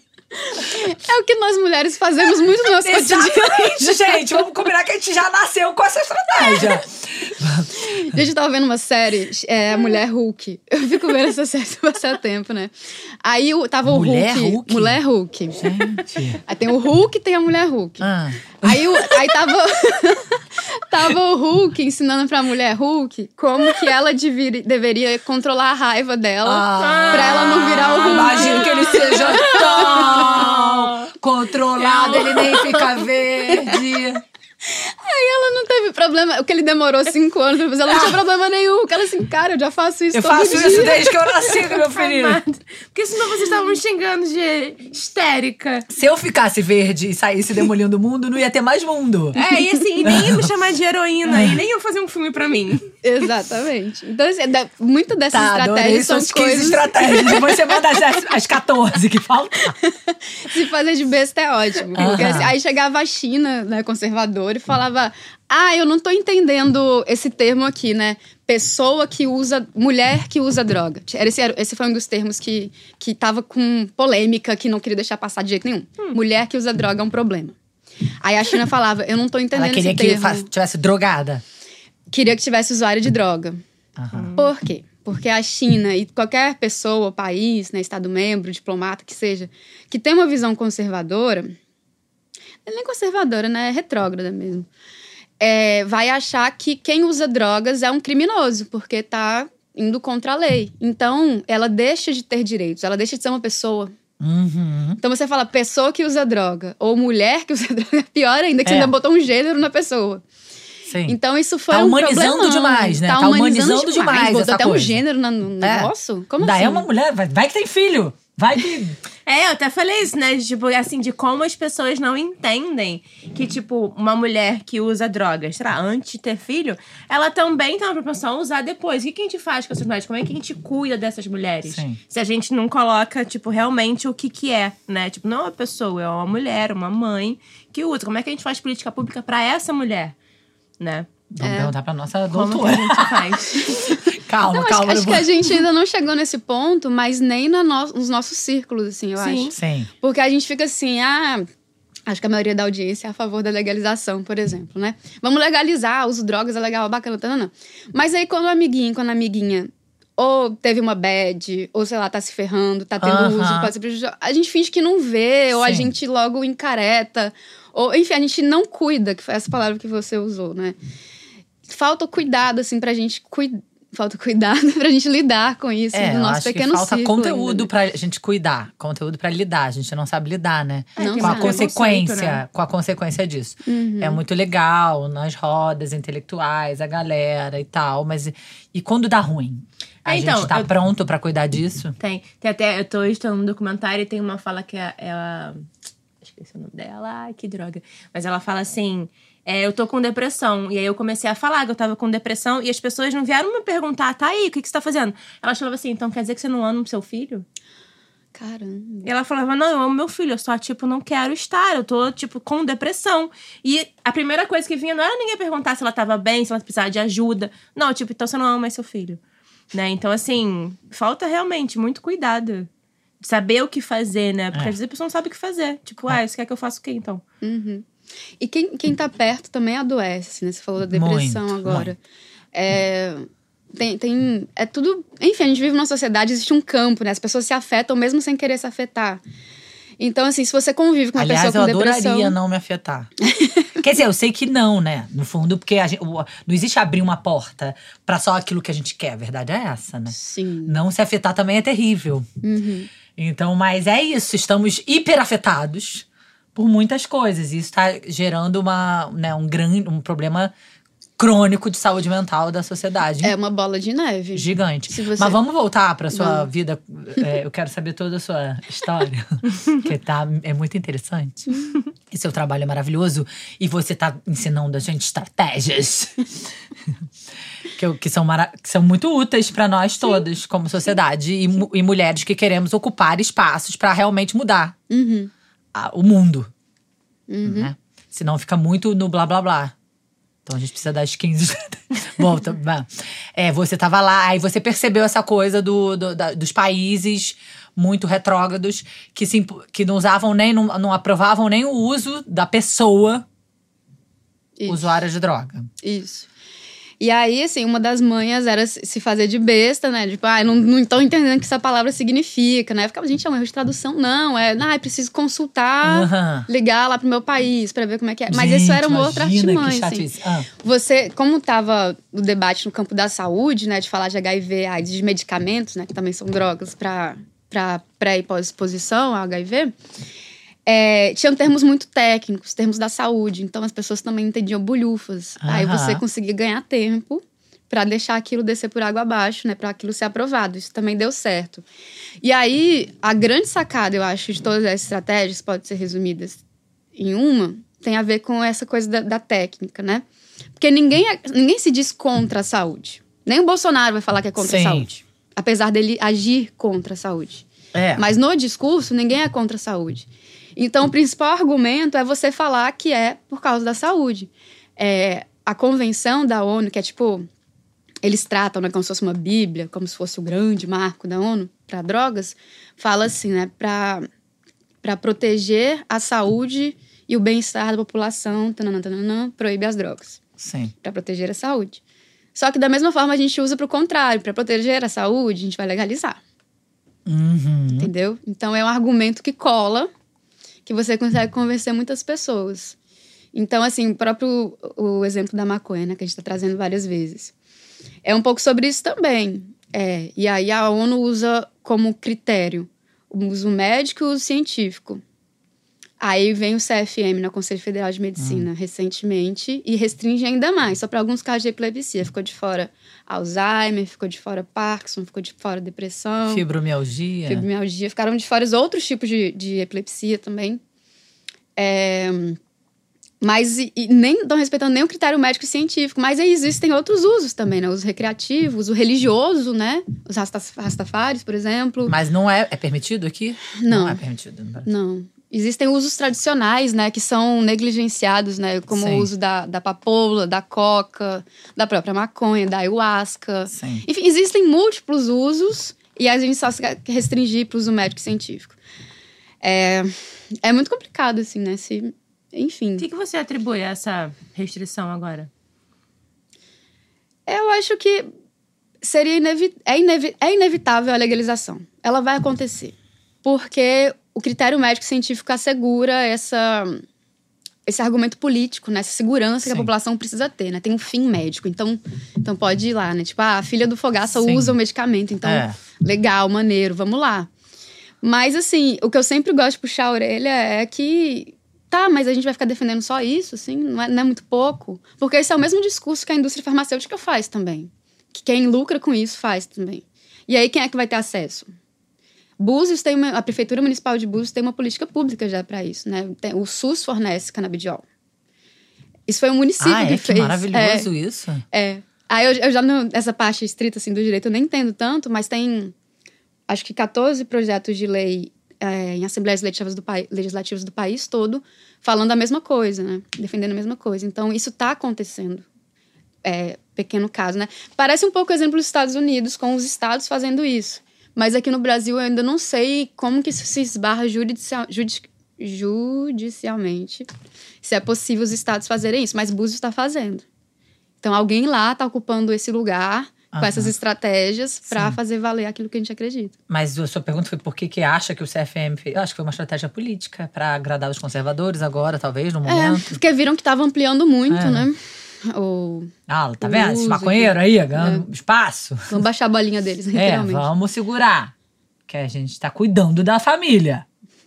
É o que nós mulheres fazemos muito no nosso cotidiano. Exatamente, gente. Vamos combinar que a gente já nasceu com essa estratégia. A gente tava vendo uma série, é, Mulher Hulk. Eu fico vendo essa série há bastante tempo, né? Aí o- tava o Mulher Hulk. Hulk? Mulher Hulk. Gente. Aí tem o Hulk e tem a Mulher Hulk. Ah. Aí, o, aí tava, tava o Hulk ensinando pra mulher Hulk como que ela devir, deveria controlar a raiva dela Ah. pra ela não virar o Hulk. Imagino que ele seja tão controlado, ele nem fica verde. Aí ela não teve problema. O que ele demorou cinco anos pra fazer, ela não tinha problema nenhum. Porque ela assim, cara, eu já faço isso Eu todo faço dia. isso desde que eu nasci, meu filho. Amada. Porque senão vocês estavam me xingando de histérica. Se eu ficasse verde e saísse demolindo o mundo, não ia ter mais mundo. É, e assim, e nem ia me chamar de heroína. E nem ia fazer um filme pra mim. Exatamente. Então, assim, da- muito dessas Tá, adorei estratégias são suas quinze coisas... estratégias. Depois você manda as, as catorze que faltam. Se fazer de besta é ótimo. Porque, Aham. assim, aí chegava a China, né, conservadora, e falava... Ah, eu não tô entendendo esse termo aqui, né? Pessoa que usa... Mulher que usa droga. Era Esse, era- esse foi um dos termos que, que tava com polêmica, que não queria deixar passar de jeito nenhum. Hum. Mulher que usa droga é um problema. Aí a China falava, eu não tô entendendo Ela queria esse que termo. fa- tivesse drogada. Queria que tivesse usuário de droga. Aham. Por quê? Porque a China e qualquer pessoa, país, né, Estado-membro, diplomata, que seja, que tem uma visão conservadora, não é nem conservadora, né? É retrógrada mesmo. É, vai achar que quem usa drogas é um criminoso, porque tá indo contra a lei. Então, ela deixa de ter direitos, ela deixa de ser uma pessoa. Uhum. Então, você fala pessoa que usa droga, ou mulher que usa droga, é pior ainda, que você É. ainda botou um gênero na pessoa. Sim. Então, isso foi Tá um humanizando problemão. demais, né? Tá, Tá humanizando, humanizando demais Botou essa até um coisa. gênero na- no É. negócio? Como Daí assim? é uma mulher, vai, vai que tem filho. Vai que... É, eu até falei isso, né? Tipo, assim, de como as pessoas não entendem que, tipo, uma mulher que usa drogas, sei lá, antes de ter filho, ela também tem uma propensão a usar depois. O que, que a gente faz com essas mulheres? Como é que a gente cuida dessas mulheres? Sim. Se a gente não coloca, tipo, realmente o que que é, né? Tipo, não é uma pessoa, é uma mulher, uma mãe que usa. Como é que a gente faz política pública pra essa mulher, né? Vamos é. perguntar pra nossa Como doutora. que a gente faz? Calma, não, calma. Acho, acho que a gente ainda não chegou nesse ponto, mas nem na no, nos nossos círculos, assim, eu Sim. acho. Sim. Porque a gente fica assim, ah... Acho que a maioria da audiência é a favor da legalização, por exemplo, né? Vamos legalizar, uso drogas, é legal, bacana, tá, não, não. Mas aí quando a amiguinha, quando a amiguinha ou teve uma bad, ou sei lá, tá se ferrando, tá tendo Uh-huh. uso, pode ser prejudicial, a gente finge que não vê, ou Sim. a gente logo encareta, ou enfim, a gente não cuida, que foi essa palavra que você usou, né? Falta cuidado, assim, pra gente cuidar. Falta cuidado pra gente lidar com isso É, no eu nosso acho pequeno que falta círculo conteúdo ainda, né? pra gente cuidar. Conteúdo pra lidar. A gente não sabe lidar, né? É, Não com a sabe. consequência. Né? Com a consequência disso. Uhum. É muito legal nas rodas intelectuais, a galera e tal. Mas e, e quando dá ruim? A É, então, gente tá eu- pronto pra cuidar disso? Tem. Tem até, eu tô estudando um documentário e tem uma fala que é, é a... Esqueci o nome dela, ai, que droga. Mas ela fala assim, é, eu tô com depressão. E aí eu comecei a falar que eu tava com depressão e as pessoas não vieram me perguntar, tá aí, o que, que você tá fazendo? Elas falavam assim, então quer dizer que você não ama o seu filho? Caramba. E ela falava, não, eu amo meu filho, eu só, tipo, não quero estar, eu tô, tipo, com depressão. E a primeira coisa que vinha não era ninguém perguntar se ela tava bem, se ela precisava de ajuda. Não, tipo, então você não ama mais seu filho. Né? Então, assim, falta realmente muito cuidado. Saber o que fazer, né? Porque É. às vezes a pessoa não sabe o que fazer. Tipo, ah, você quer que eu faça o quê, então? Uhum. E quem, quem tá perto também adoece, assim, né? Você falou da depressão Muito, agora. muito. É, tem, tem... É tudo... Enfim, a gente vive numa sociedade, existe um campo, né? As pessoas se afetam mesmo sem querer se afetar. Então, assim, se você convive com uma Aliás, pessoa eu com depressão... adoraria não me afetar. Quer dizer, eu sei que não, né? No fundo, porque a gente, o- não existe abrir uma porta pra só aquilo que a gente quer. A verdade é essa, né? Sim. Não se afetar também é terrível. Uhum. Então, mas é isso. Estamos hiperafetados por muitas coisas. E isso está gerando uma, né, um, grande, um problema crônico de saúde mental da sociedade. É uma bola de neve. Gigante. Se você- Mas vamos voltar pra sua Vamos. vida. É, eu quero saber toda a sua história. que tá, é muito interessante. E seu trabalho é maravilhoso. E você tá ensinando a gente estratégias. que, eu- que, são mara- que são muito úteis pra nós todos, como sociedade. E, mu- e mulheres que queremos ocupar espaços pra realmente mudar Uhum. a- o mundo. Né? Senão fica muito no blá blá blá. Então a gente precisa das quinze. Volta. Vá. É, você tava lá, aí você percebeu essa coisa do, do- da- dos países muito retrógrados que, se, impu- que não usavam nem, não, não aprovavam nem o uso da pessoa Isso. usuária de droga. Isso. E aí, assim, uma das manhas era se se fazer de besta, né? Tipo, ah, não, não tô entendendo o que essa palavra significa, né? Eu ficava, gente, é um erro de tradução. Não, é, ah, preciso consultar, Aham. ligar lá pro meu país pra ver como é que é. Mas isso Gente, era uma outra imagina que artimanha, assim. chatice. Ah. Você, como tava o debate no campo da saúde, né? De falar de H I V, AIDS, de medicamentos, né? Que também são drogas pra, pra pré e pós-exposição ao H I V. É, tinham termos muito técnicos, termos da saúde. Então, as pessoas também entendiam bolhufas. Aí Aham. você conseguia ganhar tempo pra deixar aquilo descer por água abaixo, né? Pra aquilo ser aprovado. Isso também deu certo. E aí, a grande sacada, eu acho, de todas essas estratégias, pode ser resumidas em uma, tem a ver com essa coisa da, da técnica, né? Porque ninguém, é- ninguém se diz contra a saúde. Nem o Bolsonaro vai falar que é contra Sim. a saúde. Apesar dele agir contra a saúde. É. Mas no discurso, ninguém é contra a saúde. Então, o principal argumento é você falar que é por causa da saúde. É, a convenção da ONU, que é tipo... Eles tratam, né, como se fosse uma bíblia, como se fosse o grande marco da ONU para drogas, fala assim, né, para para proteger a saúde e o bem-estar da população, tananã, tananã, proíbe as drogas. Sim. Para proteger a saúde. Só que da mesma forma a gente usa para o contrário, para proteger a saúde, a gente vai legalizar. Uhum. Entendeu? Então é um argumento que cola, que você consegue convencer muitas pessoas. Então, assim, o próprio o exemplo da maconha, né, que a gente está trazendo várias vezes. É um pouco sobre isso também. É, e aí a ONU usa como critério o uso médico e o uso científico. Aí vem o C F M, no Conselho Federal de Medicina, hum. recentemente, e restringe ainda mais, só para alguns casos de epilepsia. Ficou de fora Alzheimer, ficou de fora Parkinson, ficou de fora depressão. Fibromialgia. Fibromialgia. Ficaram de fora outros tipos de, de epilepsia também. É, mas e, e nem estão respeitando nem o critério médico e científico. Mas aí existem outros usos também, né? Os recreativos, o religioso, né? Os rastafares, por exemplo. Mas não é, é permitido aqui? Não. Não é permitido. Não. Existem usos tradicionais, né, que são negligenciados, né, como Sim. o uso da, da papoula, da coca, da própria maconha, da ayahuasca. Sim. Enfim, existem múltiplos usos e a gente só se restringir para o uso médico e científico. É, é muito complicado, assim, né, se, enfim. O que, que você atribui a essa restrição agora? Eu acho que seria inevi- é, inevi- é inevitável a legalização. Ela vai acontecer. Porque o critério médico-científico assegura essa, esse argumento político, né? Essa segurança Sim. que a população precisa ter, né? Tem um fim médico, então, então pode ir lá, né? Tipo, ah, a filha do Fogaça Sim. usa o medicamento, então é. legal, maneiro, vamos lá. Mas, assim, o que eu sempre gosto de puxar a orelha é que... Tá, mas a gente vai ficar defendendo só isso, assim? Não é, não é muito pouco? Porque esse é o mesmo discurso que a indústria farmacêutica faz também. Que quem lucra com isso faz também. E aí, quem é que vai ter acesso? Búzios tem uma, a Prefeitura Municipal de Búzios tem uma política pública já para isso, né? Tem, o SUS fornece canabidiol. Isso foi um município ah, é? que, que fez. maravilhoso é, isso. É. Aí eu, eu já, não, essa parte estrita assim, do direito, eu nem entendo tanto, mas tem, acho que catorze projetos de lei é, em assembleias legislativas do, legislativas do país todo, falando a mesma coisa, né? Defendendo a mesma coisa. Então, isso está acontecendo. É, pequeno caso, né? Parece um pouco o exemplo dos Estados Unidos, com os estados fazendo isso. Mas aqui no Brasil eu ainda não sei como que isso se esbarra judicial, judici, judicialmente. Se é possível os estados fazerem isso. Mas Búzios está fazendo. Então alguém lá está ocupando esse lugar com Aham. essas estratégias para fazer valer aquilo que a gente acredita. Mas a sua pergunta foi por que que acha que o C F M fez? Eu acho que foi uma estratégia política para agradar os conservadores agora, talvez, no momento. É, porque viram que estava ampliando muito, é. né? O, ah, tá vendo? Esse maconheiro aí, ganhando é. espaço. Vamos baixar a bolinha deles, literalmente. É, vamos segurar. Que a gente tá cuidando da família.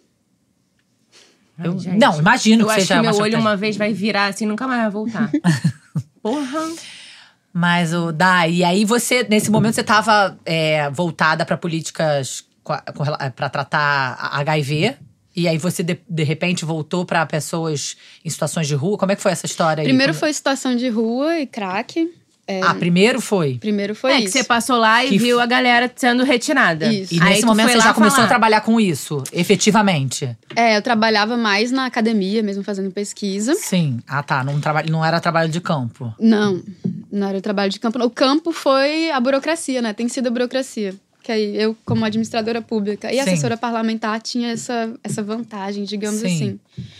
Ai, eu, gente, não, imagino eu que seja uma Eu acho que meu estratégia. olho uma vez vai virar assim, nunca mais vai voltar. Porra! Mas, o Dai, e aí você, nesse momento, você tava é, voltada para políticas para tratar H I V. E aí você, de, de repente, voltou para pessoas em situações de rua? Como é que foi essa história aí? Primeiro Como... foi situação de rua e crack. É... Ah, primeiro foi? Primeiro foi é, isso. É que você passou lá e que... viu a galera sendo retirada. Isso. E nesse aí momento você já começou falar. a trabalhar com isso, efetivamente? É, eu trabalhava mais na academia, mesmo fazendo pesquisa. Sim. Ah, tá. Não, traba... não era trabalho de campo. Não, não era trabalho de campo. O campo foi a burocracia, né? Tem sido a burocracia. Que aí eu, como administradora pública e assessora Sim. parlamentar, tinha essa, essa vantagem, digamos Sim. assim.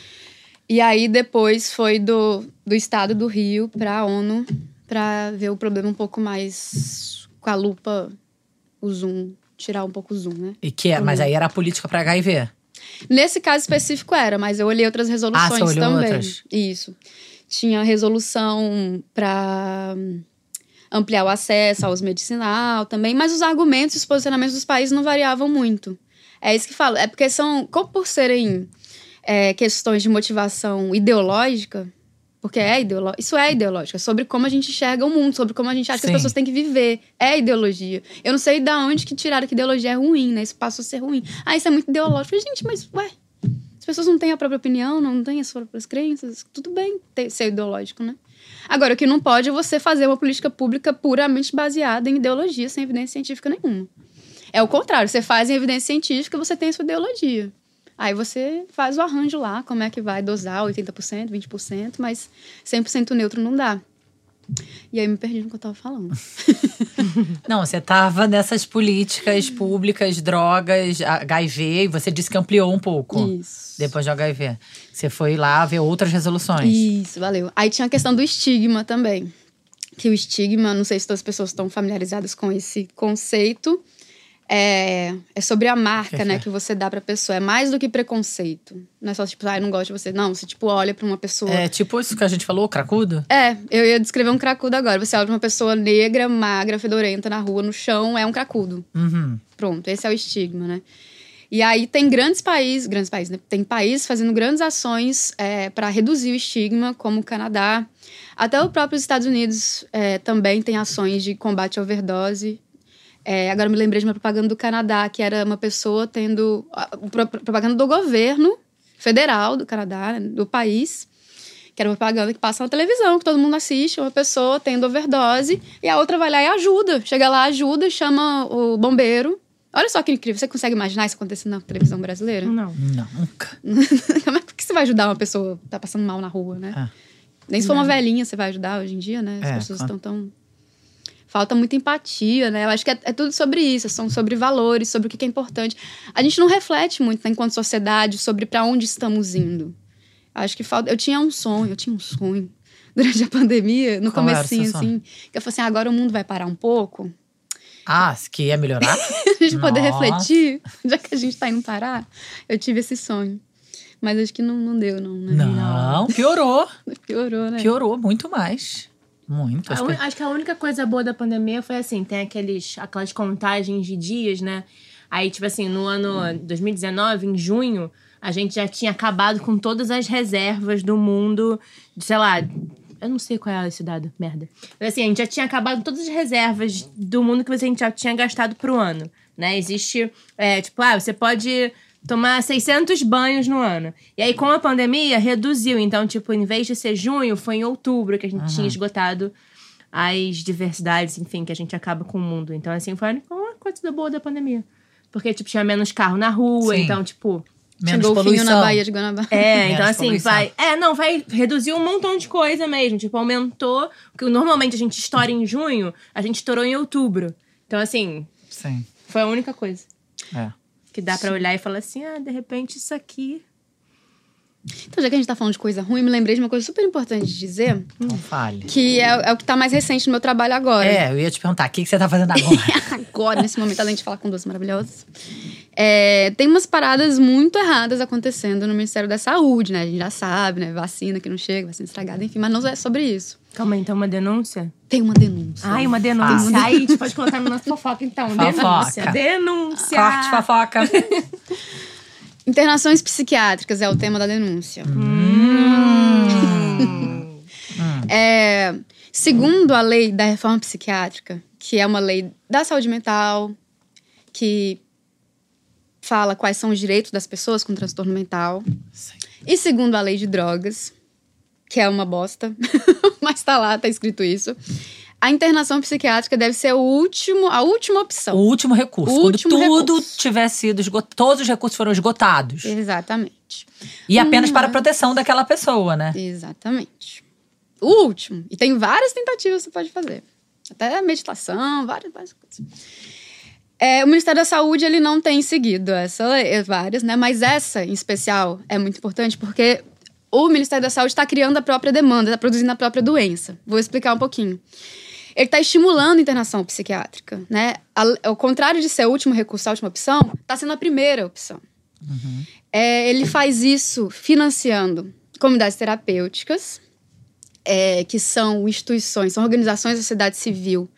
E aí, depois, foi do, do estado do Rio para a ONU, para ver o problema um pouco mais com a lupa, o zoom, tirar um pouco o zoom, né? E que é, mas aí era a política para H I V? Nesse caso específico era, mas eu olhei outras resoluções ah, você olhou também. Outras. Isso. Tinha resolução para ampliar o acesso ao uso medicinal também, mas os argumentos e os posicionamentos dos países não variavam muito. É isso que falo. É porque são, como por serem é, questões de motivação ideológica, porque é ideológico, isso é ideológico, é sobre como a gente enxerga o mundo, sobre como a gente acha Sim. que as pessoas têm que viver. É ideologia. Eu não sei de onde que tiraram que ideologia é ruim, né? Isso passou a ser ruim. Ah, isso é muito ideológico. Gente, mas, ué, as pessoas não têm a própria opinião, não têm as próprias crenças. Tudo bem ter, ser ideológico, né? Agora, o que não pode é você fazer uma política pública puramente baseada em ideologia, sem evidência científica nenhuma. É o contrário, você faz em evidência científica, você tem a sua ideologia. Aí você faz o arranjo lá, como é que vai dosar oitenta por cento, vinte por cento, mas cem por cento neutro não dá. E aí me perdi no que eu tava falando. Não, você tava nessas políticas públicas, drogas, H I V, e você disse que ampliou um pouco. Isso. Depois de H I V. Você foi lá ver outras resoluções. Isso, valeu. Aí tinha a questão do estigma também. Que o estigma, não sei se todas as pessoas estão familiarizadas com esse conceito, é, é sobre a marca, né, que você dá pra pessoa. É mais do que preconceito. Não é só tipo, ah, eu não gosto de você. Não, você tipo olha pra uma pessoa... É tipo isso que a gente falou, cracudo? É, eu ia descrever um cracudo agora. Você olha pra uma pessoa negra, magra, fedorenta na rua, no chão, é um cracudo. Uhum. Pronto, esse é o estigma, né? E aí tem grandes países, grandes países, né? Tem países fazendo grandes ações é, para reduzir o estigma, como o Canadá. Até o próprio Estados Unidos é, também tem ações de combate à overdose. É, agora me lembrei de uma propaganda do Canadá, que era uma pessoa tendo... A, a propaganda do governo federal do Canadá, né, do país, que era uma propaganda que passa na televisão, que todo mundo assiste, uma pessoa tendo overdose, e a outra vai lá e ajuda. Chega lá, ajuda, chama o bombeiro. Olha só que incrível. Você consegue imaginar isso acontecendo na televisão brasileira? Não. Nunca. Como é que você vai ajudar uma pessoa que tá passando mal na rua, né? Ah. Nem se for uma velhinha você vai ajudar hoje em dia, né? As É, pessoas claro. estão tão... Falta muita empatia, né? Eu acho que é, é tudo sobre isso. São sobre valores, sobre o que é importante. A gente não reflete muito, né, enquanto sociedade, sobre pra onde estamos indo. Acho que falta... Eu tinha um sonho, eu tinha um sonho. Durante a pandemia, no Qual era o comecinho, seu sonho? assim. Que eu falei assim, ah, agora o mundo vai parar um pouco. Ah, que ia melhorar? A gente poder Nossa. refletir, já que a gente tá indo parar. Eu tive esse sonho. Mas acho que não, não deu, não. Né? Não, piorou. Piorou, né? Piorou muito mais. Muito. A As un- pe- Acho que a única coisa boa da pandemia foi assim, tem aqueles, aquelas contagens de dias, né? Aí, tipo assim, no ano dois mil e dezenove, em junho, a gente já tinha acabado com todas as reservas do mundo, de, sei lá, eu não sei qual é esse dado, merda. Mas assim, a gente já tinha acabado com todas as reservas do mundo que a gente já tinha gastado pro ano, né? Existe, é, tipo, ah, você pode tomar seiscentos banhos no ano. E aí, com a pandemia, reduziu. Então, tipo, em vez de ser junho, foi em outubro que a gente Uhum. tinha esgotado as diversidades, enfim, que a gente acaba com o mundo. Então, assim, foi a única coisa boa da pandemia. Porque, tipo, tinha menos carro na rua, Sim. então, tipo... Menos Tinha golfinho poluição. na Baía de Guanabara. É, Menos então assim, poluição. vai... É, não, vai reduzir um montão de coisa mesmo. Tipo, aumentou... Porque normalmente a gente estoura em junho, a gente estourou em outubro. Então, assim, Sim. foi a única coisa É. que dá pra olhar e falar assim, ah, de repente isso aqui... Então, já que a gente tá falando de coisa ruim, me lembrei de uma coisa super importante de dizer, Então fale. que é, é o que tá mais recente no meu trabalho agora. É, eu ia te perguntar, o que, que você tá fazendo agora? Agora, nesse momento, além de falar com duas maravilhosas. É, tem umas paradas muito erradas acontecendo no Ministério da Saúde, né? A gente já sabe, né? Vacina que não chega, vacina estragada, enfim. Mas não é sobre isso. Calma aí, então uma denúncia? Tem uma denúncia. Ai, uma denúncia. Fala. Aí a gente pode colocar no nosso fofoca, então. Fofoca. Denúncia. Denúncia. Corte, fofoca. Internações psiquiátricas é o tema da denúncia. Hum. É, segundo a lei da reforma psiquiátrica, que é uma lei da saúde mental, que fala quais são os direitos das pessoas com transtorno mental, Sim. e segundo a lei de drogas, que é uma bosta, mas tá lá, tá escrito isso, a internação psiquiátrica deve ser o último, a última O opção. último recurso. O Quando último tudo recurso. tiver sido esgotado, todos os recursos foram esgotados. Exatamente. E apenas para a Mas- proteção daquela pessoa, né? Exatamente. O último. E tem várias tentativas que você pode fazer. Até meditação, várias, várias coisas. É, o Ministério da Saúde, ele não tem seguido essa, lei, várias, né? Mas essa, em especial, é muito importante porque o Ministério da Saúde está criando a própria demanda, está produzindo a própria doença. Vou explicar um pouquinho. Ele está estimulando a internação psiquiátrica, né? Ao contrário de ser o último recurso, a última opção, está sendo a primeira opção. É, ele faz isso financiando comunidades terapêuticas, é, que são instituições, são organizações da sociedade civil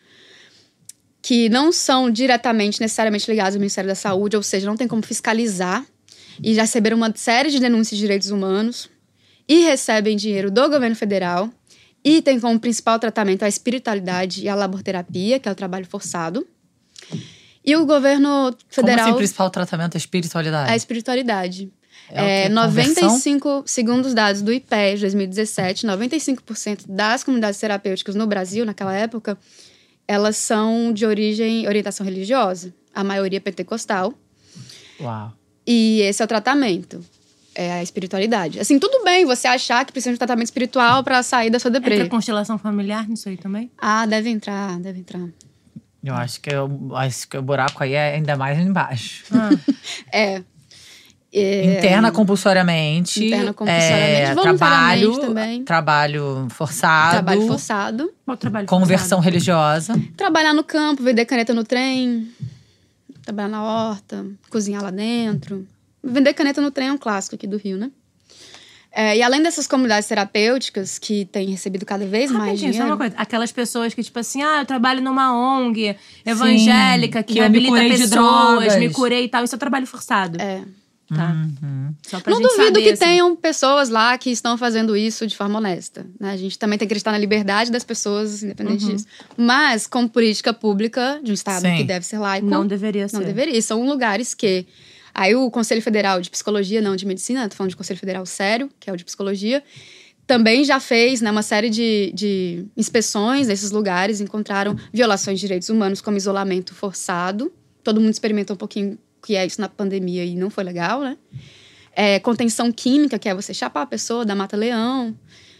que não são diretamente, necessariamente ligadas ao Ministério da Saúde, ou seja, não tem como fiscalizar, e já receberam uma série de denúncias de direitos humanos, e recebem dinheiro do governo federal, e tem como principal tratamento a espiritualidade e a laborterapia, que é o trabalho forçado. E o governo federal... Como assim, principal tratamento é espiritualidade? A espiritualidade. É o É, quê? noventa e cinco, Conversão? segundo os dados do I P E de dois mil e dezessete, noventa e cinco por cento das comunidades terapêuticas no Brasil, naquela época, elas são de origem, orientação religiosa. A maioria pentecostal. Uau. E esse é o tratamento. É a espiritualidade. Assim, tudo bem você achar que precisa de um tratamento espiritual pra sair da sua Entra deprê. constelação familiar nisso aí também? Ah, deve entrar, deve entrar. Eu acho que, eu, acho que o buraco aí é ainda mais embaixo. Ah. É. É, Interna compulsoriamente. Interna compulsoriamente, é, voluntariamente trabalho, também. Trabalho forçado. Trabalho forçado. Qual trabalho Conversão religiosa. Trabalhar no campo, vender caneta no trem. Trabalhar na horta, cozinhar lá dentro. Vender caneta no trem é um clássico aqui do Rio, né? É, e além dessas comunidades terapêuticas que têm recebido cada vez mais Rapidinho, dinheiro... só uma coisa. Aquelas pessoas que, tipo assim, ah, eu trabalho numa O N G evangélica, Sim, que que eu me reabilita curei de pessoas, drogas. me curei e tal. Isso é trabalho forçado. É. Tá? Uhum. Só pra Não gente duvido saber, que assim. tenham pessoas lá que estão fazendo isso de forma honesta, né? A gente também tem que acreditar na liberdade das pessoas, independente Uhum. disso. Mas, como política pública de um Estado Sim. que deve ser laico... Não deveria ser. Não deveria. E são lugares que... Aí o Conselho Federal de Psicologia, não de Medicina, tô falando de Conselho Federal sério, que é o de Psicologia, também já fez, né, uma série de, de inspeções nesses lugares, encontraram violações de direitos humanos como isolamento forçado. Todo mundo experimentou um pouquinho o que é isso na pandemia e não foi legal, né? É, contenção química, que é você chapar a pessoa, dar mata-leão.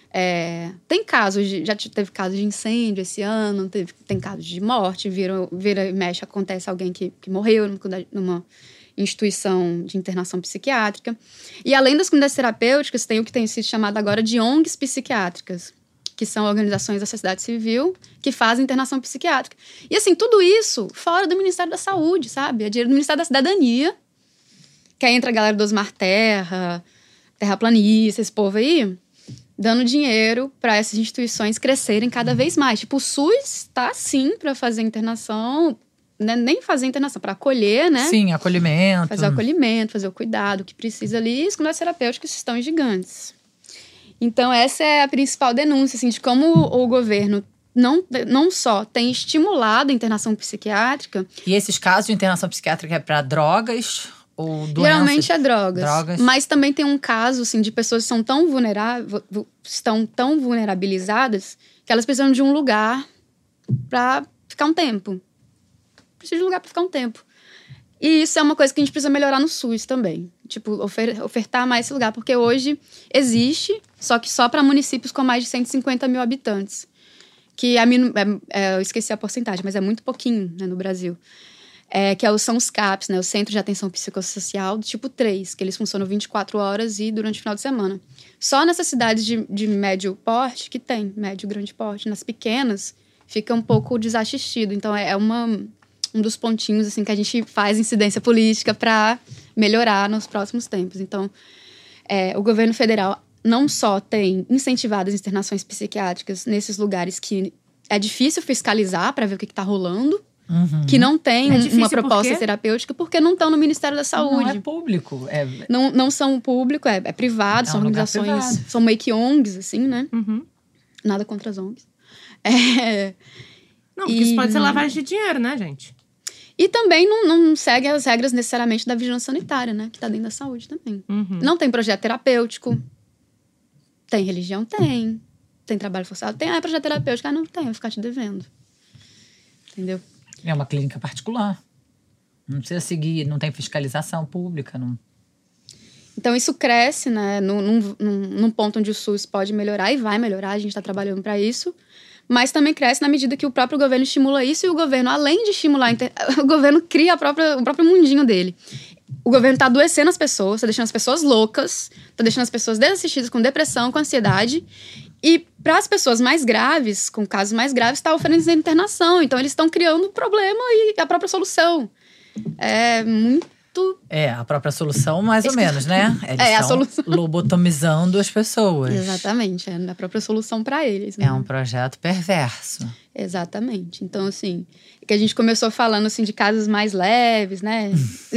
É, tem casos, de, já teve casos de incêndio esse ano, teve, tem casos de morte, vira, vira e mexe, acontece alguém que, que morreu numa, numa instituição de internação psiquiátrica. E além das comunidades terapêuticas, tem o que tem sido chamado agora de O N Gs psiquiátricas, que são organizações da sociedade civil que fazem internação psiquiátrica. E assim, tudo isso fora do Ministério da Saúde, sabe? É dinheiro do Ministério da Cidadania, que aí entra a galera do Osmar Terra, terraplanista, esse povo aí, dando dinheiro para essas instituições crescerem cada vez mais. Tipo, o SUS tá sim para fazer internação, né? Nem fazer internação, para acolher, né? Sim, acolhimento. Fazer o acolhimento, fazer o cuidado, o que precisa ali. E as comunidades terapêuticas estão gigantes. Então, essa é a principal denúncia, assim, de como o governo não, não só tem estimulado a internação psiquiátrica... E esses casos de internação psiquiátrica é para drogas ou doenças? Geralmente é drogas. Drogas. Mas também tem um caso, assim, de pessoas que são tão vulneráveis, estão tão vulnerabilizadas que elas precisam de um lugar para ficar um tempo. Precisam de um lugar para ficar um tempo. E isso é uma coisa que a gente precisa melhorar no SUS também. Tipo, ofer- ofertar mais esse lugar. Porque hoje existe, só que só para municípios com mais de cento e cinquenta mil habitantes. Que a minu- é, é, eu esqueci a porcentagem, mas é muito pouquinho, né, no Brasil. É, que é, são os CAPs, né, o Centro de Atenção Psicossocial do tipo três, que eles funcionam vinte e quatro horas e durante o final de semana. Só nessas cidades de, de médio porte, que tem médio e grande porte, nas pequenas, fica um pouco desassistido. Então, é, é uma... um dos pontinhos assim, que a gente faz incidência política para melhorar nos próximos tempos. Então, é, o governo federal não só tem incentivado as internações psiquiátricas nesses lugares que é difícil fiscalizar para ver o que está rolando, Uhum. que não tem É um- difícil uma proposta por quê? terapêutica, porque não estão no Ministério da Saúde. Não é público. É... Não, não são público, é, é privado, É são um lugar organizações, privado. são meio que O N Gs, assim, né? Uhum. Nada contra as O N Gs. É, Não, porque E- isso pode ser lavagem de dinheiro, né, gente? e também não, não segue as regras necessariamente da vigilância sanitária, né? Que está dentro da saúde também. Uhum. Não tem projeto terapêutico. Tem religião? Tem. Tem trabalho forçado? Tem. Ah, é projeto terapêutico? Ah, não tem, vou ficar te devendo. Entendeu? É uma clínica particular. Não precisa seguir, não tem fiscalização pública. Não... Então, isso cresce, né? Num, num, num- num ponto onde o SUS pode melhorar e vai melhorar, a gente está trabalhando para isso. Mas também cresce na medida que o próprio governo estimula isso e o governo, além de estimular, a inter- o governo cria a própria, o próprio mundinho dele. O governo está adoecendo as pessoas, está deixando as pessoas loucas, está deixando as pessoas desassistidas com depressão, com ansiedade. E para as pessoas mais graves, com casos mais graves, está oferecendo internação. Então, eles estão criando o problema e a própria solução. É muito... É, a própria solução, mais ou menos, né? Eles É, a estão solução. lobotomizando as pessoas. Exatamente, é a própria solução para eles. Né? É um projeto perverso. Exatamente. Então, assim, que a gente começou falando, assim, de casos mais leves, né?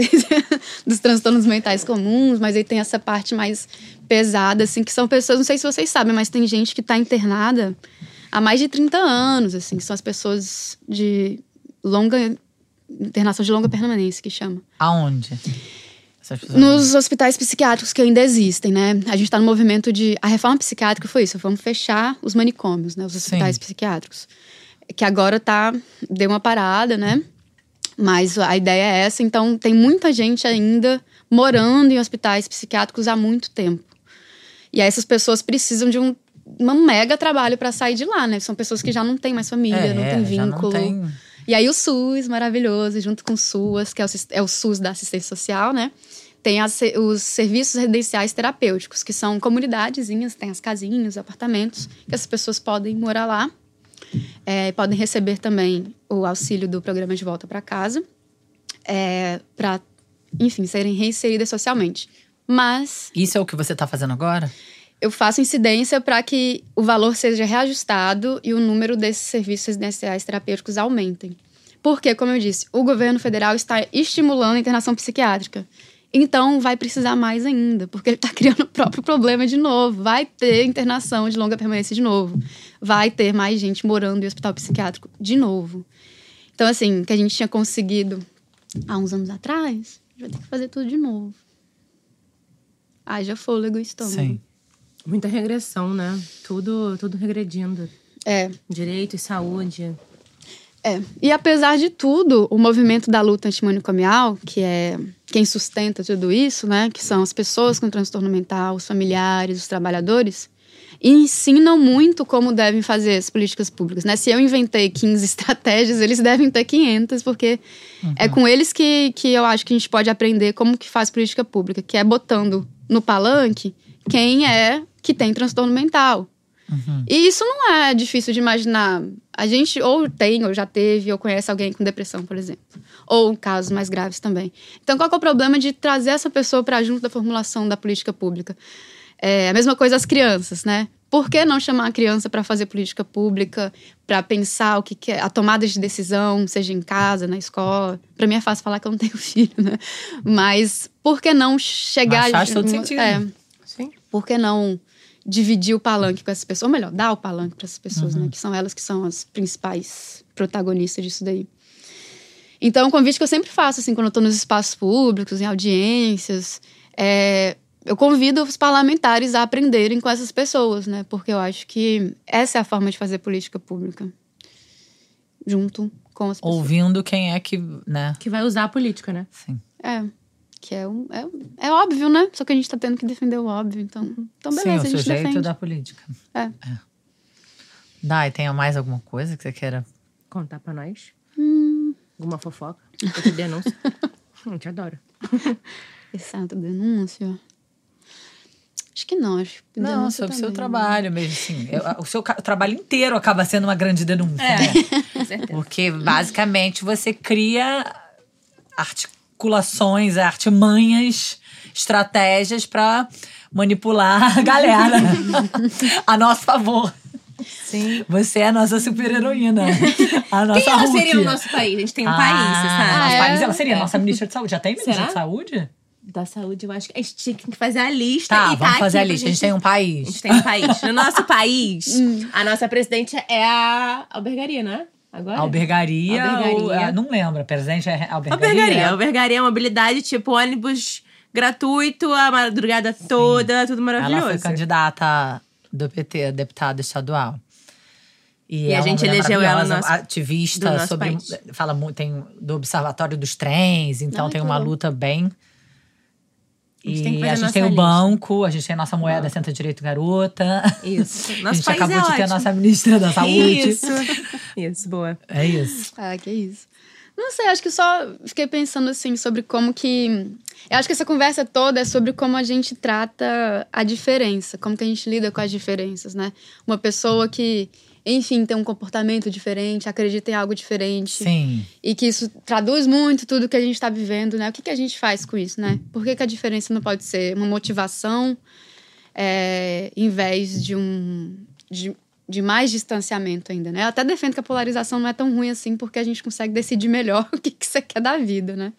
Dos transtornos mentais comuns, mas aí tem essa parte mais pesada, assim, que são pessoas, não sei se vocês sabem, mas tem gente que tá internada há mais de trinta anos, assim, que são as pessoas de longa... internação de longa permanência, que chama. Aonde? Essas pessoas... Nos hospitais psiquiátricos que ainda existem, né? A gente tá no movimento de... A reforma psiquiátrica foi isso, vamos fechar os manicômios, né? Os hospitais Sim. psiquiátricos. Que agora tá... Deu uma parada, né? Mas a ideia é essa. Então, tem muita gente ainda morando em hospitais psiquiátricos há muito tempo. E aí, essas pessoas precisam de um, um mega trabalho para sair de lá, né? São pessoas que já não têm mais família, É, não tem já não vínculo. tem- E aí o SUS, maravilhoso, junto com o SUAS, que é o, sis- é o SUS da assistência social, né? Tem as se- os serviços residenciais terapêuticos, que são comunidadezinhas, tem as casinhas, os apartamentos, que as pessoas podem morar lá. É, podem receber também o auxílio do programa de volta para casa, é, para, enfim, serem reinseridas socialmente. Mas Isso é o que você está fazendo agora? eu faço incidência para que o valor seja reajustado e o número desses serviços residenciais terapêuticos aumentem. Porque, como eu disse, o governo federal está estimulando a internação psiquiátrica. Então, vai precisar mais ainda, porque ele está criando o próprio problema de novo. Vai ter internação de longa permanência de novo. Vai ter mais gente morando em hospital psiquiátrico de novo. Então, assim, o que a gente tinha conseguido há uns anos atrás, a gente vai ter que fazer tudo de novo. Haja fôlego e estômago. Sim. Muita regressão, né? Tudo, tudo regredindo. É. Direito e saúde. É. E apesar de tudo, o movimento da luta antimanicomial, que é quem sustenta tudo isso, né? Que são as pessoas com transtorno mental, os familiares, os trabalhadores, ensinam muito como devem fazer as políticas públicas, né? Se eu inventei quinze estratégias, eles devem ter quinhentas, porque uhum. é com eles que, que eu acho que a gente pode aprender como que faz política pública, que é botando no palanque quem é que tem transtorno mental. Uhum. E isso não é difícil de imaginar. A gente ou tem, ou já teve, ou conhece alguém com depressão, por exemplo. Ou casos mais graves também. Então, qual que é o problema de trazer essa pessoa para junto da formulação da política pública? É a mesma coisa as crianças, né? Por que não chamar a criança para fazer política pública, para pensar o que, que é a tomada de decisão, seja em casa, na escola? Para mim é fácil falar que eu não tenho filho, né? Mas por que não chegar... Mas faz todo sentido. É, Sim. Por que não dividir o palanque com essas pessoas? Ou melhor, dar o palanque para essas pessoas, uhum. né? Que são elas que são as principais protagonistas disso daí. Então, o convite que eu sempre faço, assim, quando eu tô nos espaços públicos, em audiências, é... eu convido os parlamentares a aprenderem com essas pessoas, né? Porque eu acho que essa é a forma de fazer política pública. Junto com as pessoas. Ouvindo quem é que, né? Que vai usar a política, né? Sim. É. Que é, um, é, é óbvio, né? Só que a gente tá tendo que defender o óbvio. Então, então beleza, Sim, o a gente sujeito defende. da política. É. é. Dai, tem mais alguma coisa que você queira contar pra nós? Hum. Alguma fofoca? Outra denúncia? A gente adora. Exato, denúncia... Acho que não, acho que não, sobre o seu trabalho mesmo, assim. Eu, o seu o trabalho inteiro acaba sendo uma grande denúncia, é, né? Com certeza. Porque, basicamente, você cria articulações, artimanhas, estratégias para manipular a galera a nosso favor. Sim. Você é a nossa super-heroína. A nossa Quem ela Hulk. seria no nosso país? A gente tem um ah, país, você sabe? Nosso Ah, país, é? ela seria a É. nossa ministra de saúde. Já tem ministra Será? de saúde? Da saúde, eu acho que a gente tinha que fazer a lista. Tá, e vamos tá fazer a aqui pra lista. A gente tem um A país. gente tem um país. No nosso país, a nossa presidente é a Albergaria, né? Agora? Albergaria, Albergaria. ou... ah, não lembro. Presente é albergaria. Albergaria. Albergaria é mobilidade, tipo, ônibus gratuito a madrugada toda, tudo maravilhoso. Ela foi candidata do P T, a deputada estadual. E, E é a uma gente mulher elegeu ela maravilhosa, nosso- do ativista nosso sobre. país. Fala muito, tem do Observatório dos Trens, então Ai, tem que uma legal. luta bem. A gente E tem que fazer a gente nossa tem o lista. banco, a gente tem a nossa moeda Senta Direito Garota. Isso. a Nosso gente país acabou é de ter a ótimo. nossa ministra da saúde. Isso. Isso, boa. É isso. Ah, que isso. Não sei, acho que só fiquei pensando assim sobre como que... Eu acho que essa conversa toda é sobre como a gente trata a diferença, como que a gente lida com as diferenças, né? Uma pessoa que, enfim, tem um comportamento diferente, acredita em algo diferente. Sim. E que isso traduz muito tudo que a gente está vivendo, né? O que, que a gente faz com isso, né? Por que, que a diferença não pode ser uma motivação é, em vez de um... De, de mais distanciamento ainda, né? Eu até defendo que a polarização não é tão ruim assim, porque a gente consegue decidir melhor o que, que você quer da vida, né?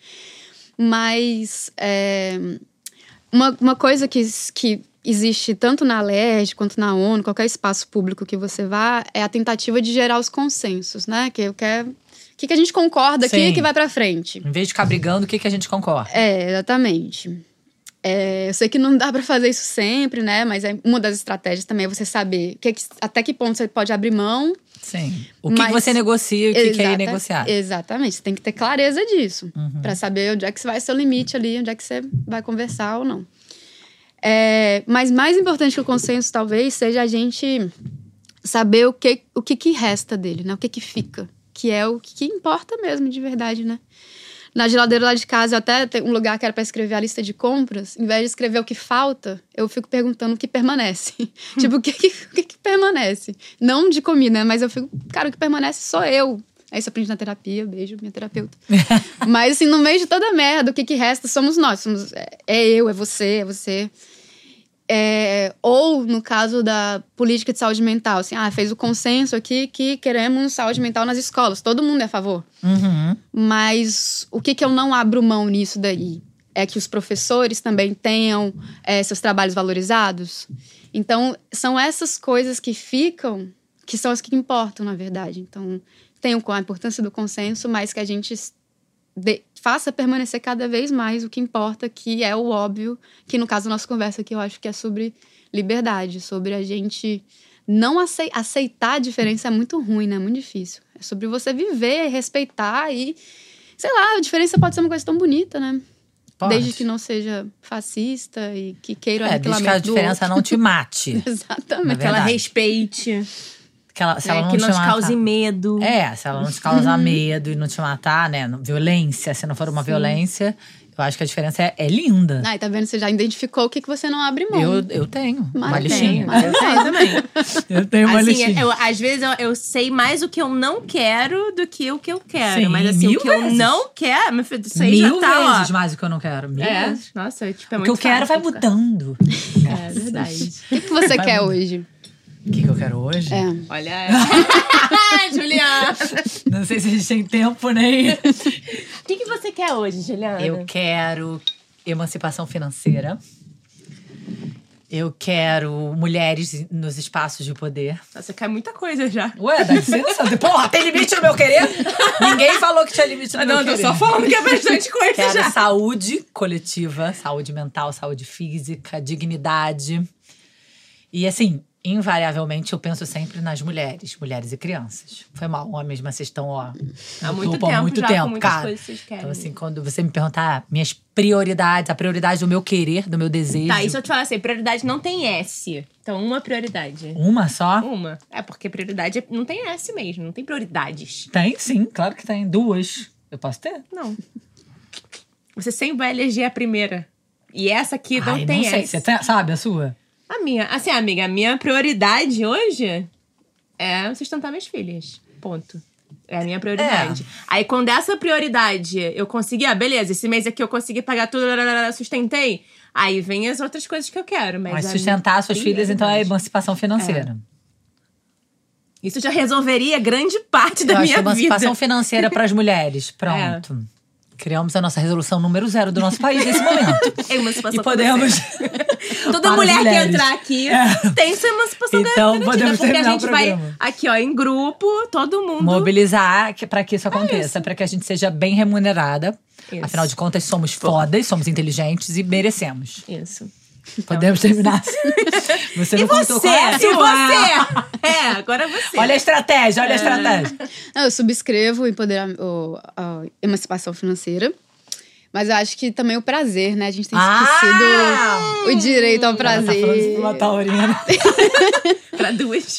Mas é, uma, uma coisa que, que existe tanto na L E R J quanto na ONU, qualquer espaço público que você vá, é a tentativa de gerar os consensos, né? Que eu quero... O que, que a gente concorda aqui Sim. que vai pra frente. Em vez de ficar brigando, o que, que a gente concorda? É, exatamente. É, eu sei que não dá pra fazer isso sempre, né? Mas é uma das estratégias também é você saber que, até que ponto você pode abrir mão. Sim. O que, Mas- que você negocia e o que, que é Exata- negociar. Exatamente. Você tem que ter clareza disso. Uhum. Pra saber onde é que vai ser o limite ali, onde é que você vai conversar ou não. É, mas mais importante que o consenso, talvez, seja a gente saber o que, o que, que resta dele, né? O que que fica. Que é o que, que importa mesmo, de verdade, né? Na geladeira lá de casa, eu até tem um lugar que era pra escrever a lista de compras. Em vez de escrever o que falta, eu fico perguntando o que permanece. Tipo, o que, que, o que que permanece? Não de comida, né? Mas eu fico, cara, o que permanece sou eu. Aí isso eu aprendi na terapia, beijo, minha terapeuta. Mas assim, no meio de toda a merda, o que que resta somos nós. Somos, é, é eu, é você, é você. É, ou, no caso da política de saúde mental, assim, ah, fez o consenso aqui que queremos saúde mental nas escolas. Todo mundo é a favor. Uhum. Mas o que, que eu não abro mão nisso daí? É que os professores também tenham é, seus trabalhos valorizados. Então, são essas coisas que ficam, que são as que importam, na verdade. Então, tem a importância do consenso, mas que a gente de, faça permanecer cada vez mais o que importa, que é o óbvio, que no caso da nossa conversa aqui eu acho que é sobre liberdade, sobre a gente não acei- aceitar a diferença é muito ruim, né? É muito difícil. É sobre você viver, respeitar e, sei lá, a diferença pode ser uma coisa tão bonita, né? Pode. Desde que não seja fascista e que queira É, desde que a diferença não te mate. Exatamente. Que ela verdade. respeite, Que, ela, se né? ela não que te não te matar. cause medo. É, se ela não te causar medo e não te matar, né? Violência, se não for uma violência, eu acho que a diferença é, é linda. Ai, tá vendo? Você já identificou o que, que você não abre mão. Eu, eu tenho uma Mas listinha. tem. Eu tenho também. Eu tenho uma Assim, listinha. eu, às vezes eu, eu sei mais o que eu não quero do que o que eu quero. Sim, mas assim, mil o que eu vezes. não quero, meu filho, isso aí Mil já tá, vezes ó. mais do que eu não quero. Mil É, vezes. nossa, tipo, é O muito que eu quero vai fácil ficar- mudando. É verdade. O que, que você Vai quer mudar. hoje? O que, que eu quero hoje? É. Olha ela. Juliana. Não sei se a gente tem tempo nem. O que, que você quer hoje, Juliana? Eu quero emancipação financeira. Eu quero mulheres nos espaços de poder. Nossa, quer muita coisa já. Ué, dá licença? Porra, tem limite no meu querer? Ninguém falou que tinha limite no Ah, meu não, tô querer. só falando que é bastante coisa Quero já. saúde coletiva, saúde mental, saúde física, dignidade. E assim, invariavelmente eu penso sempre nas mulheres, mulheres e crianças. Foi mal, homens, mas vocês estão, ó, Há no muito topo há tempo muito já, tempo, com muitas cara. coisas que vocês querem. Então assim, quando você me perguntar minhas prioridades, a prioridade do meu querer, do meu desejo. Tá, e se eu te falar assim, prioridade não tem S. Então, uma prioridade. Uma só? Uma. É, porque prioridade é- não tem S mesmo, não tem prioridades. Tem, sim, claro que tem. Duas. Eu posso ter? Não. Você sempre vai eleger a primeira. E essa aqui não Ai, tem não sei. S. Você tem- sabe a sua? A minha, assim, amiga, a minha prioridade hoje é sustentar minhas filhas. Ponto. É a minha prioridade. Aí, quando essa prioridade eu conseguir, ah, beleza, esse mês aqui eu consegui pagar tudo, sustentei. Aí vem as outras coisas que eu quero. Mas, Mas a sustentar minha suas filhas, então, é prioridade. emancipação financeira. Isso já resolveria grande parte Eu da acho minha emancipação vida. financeira para as mulheres. Pronto. Criamos a nossa resolução número zero do nosso país nesse momento. É emancipação E podemos. Toda Para as mulher que mulheres. entrar aqui É. tem sua emancipação Então, garantida. podemos Porque a terminar o gente vai programa. aqui, ó, em grupo, todo mundo. Mobilizar para que isso aconteça, para que a gente seja bem remunerada. Isso. Afinal de contas, somos fodas, somos inteligentes e merecemos. Isso. Podemos terminar assim. Você não E contou você? qual é a E sua? você? É, agora você. Olha a estratégia, olha a estratégia. Não, eu subscrevo o, empoderam- o- a emancipação financeira. Mas eu acho que também o prazer, né? A gente tem esquecido Ah! o direito ao Ela tá falando isso prazer. pra uma taurina. Pra duas.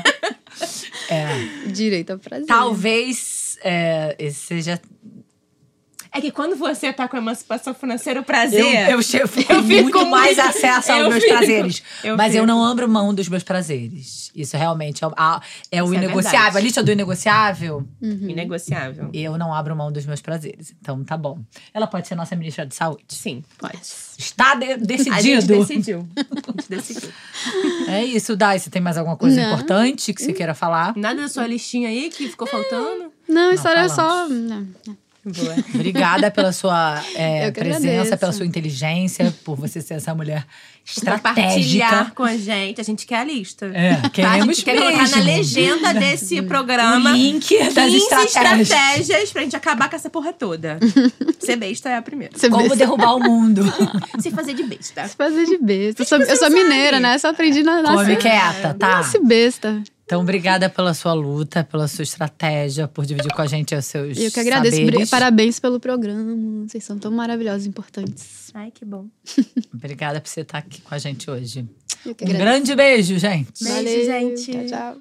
É. Direito ao prazer. Talvez é, esse seja. É que quando você tá com a emancipação financeira, o prazer. Eu, eu, che- eu fico Eu fico muito mais muito- acesso aos eu meus fico- prazeres. eu mas eu fico. não abro mão dos meus prazeres. Isso realmente é, o- a- é o Isso é inegociável. verdade. A lista do inegociável, Inegociável. eu não abro mão dos meus prazeres. Então tá bom. Ela pode ser nossa ministra de saúde. Sim, pode. Está de- decidido. A gente decidiu. A gente decidiu. É isso, Dai. Você tem mais alguma coisa Não. importante que você queira falar? Nada da sua listinha aí que ficou faltando? Não, isso era só. falamos. Não, não. Boa. Obrigada pela sua é, Eu que presença, agradeço. pela sua inteligência, por você ser essa mulher Compartilhar estratégica. com a gente. A gente quer a lista. É, Tá? A queremos gente quer colocar na mesmo. legenda desse programa O link das quinze estratégias. estratégias pra gente acabar com essa porra toda. Ser besta é a primeira. Você Como besta. derrubar o mundo. Se fazer de besta. Fazer de besta. Eu sou, que você eu sou não mineira, sabe. né? Só aprendi na Come nascer. quieta, tá? Nasce besta. Então, obrigada pela sua luta, pela sua estratégia, por dividir com a gente os seus E eu que agradeço. saberes. Parabéns pelo programa. Vocês são tão maravilhosos e importantes. Ai, que bom. Obrigada por você estar aqui com a gente hoje. Eu que Um agradeço. grande beijo, gente. Beijo, Valeu. gente. Tchau, tchau.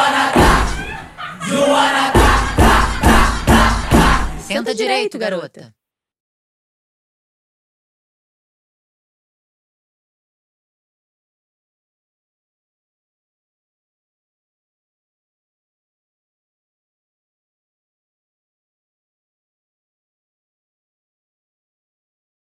Senta direito, garota.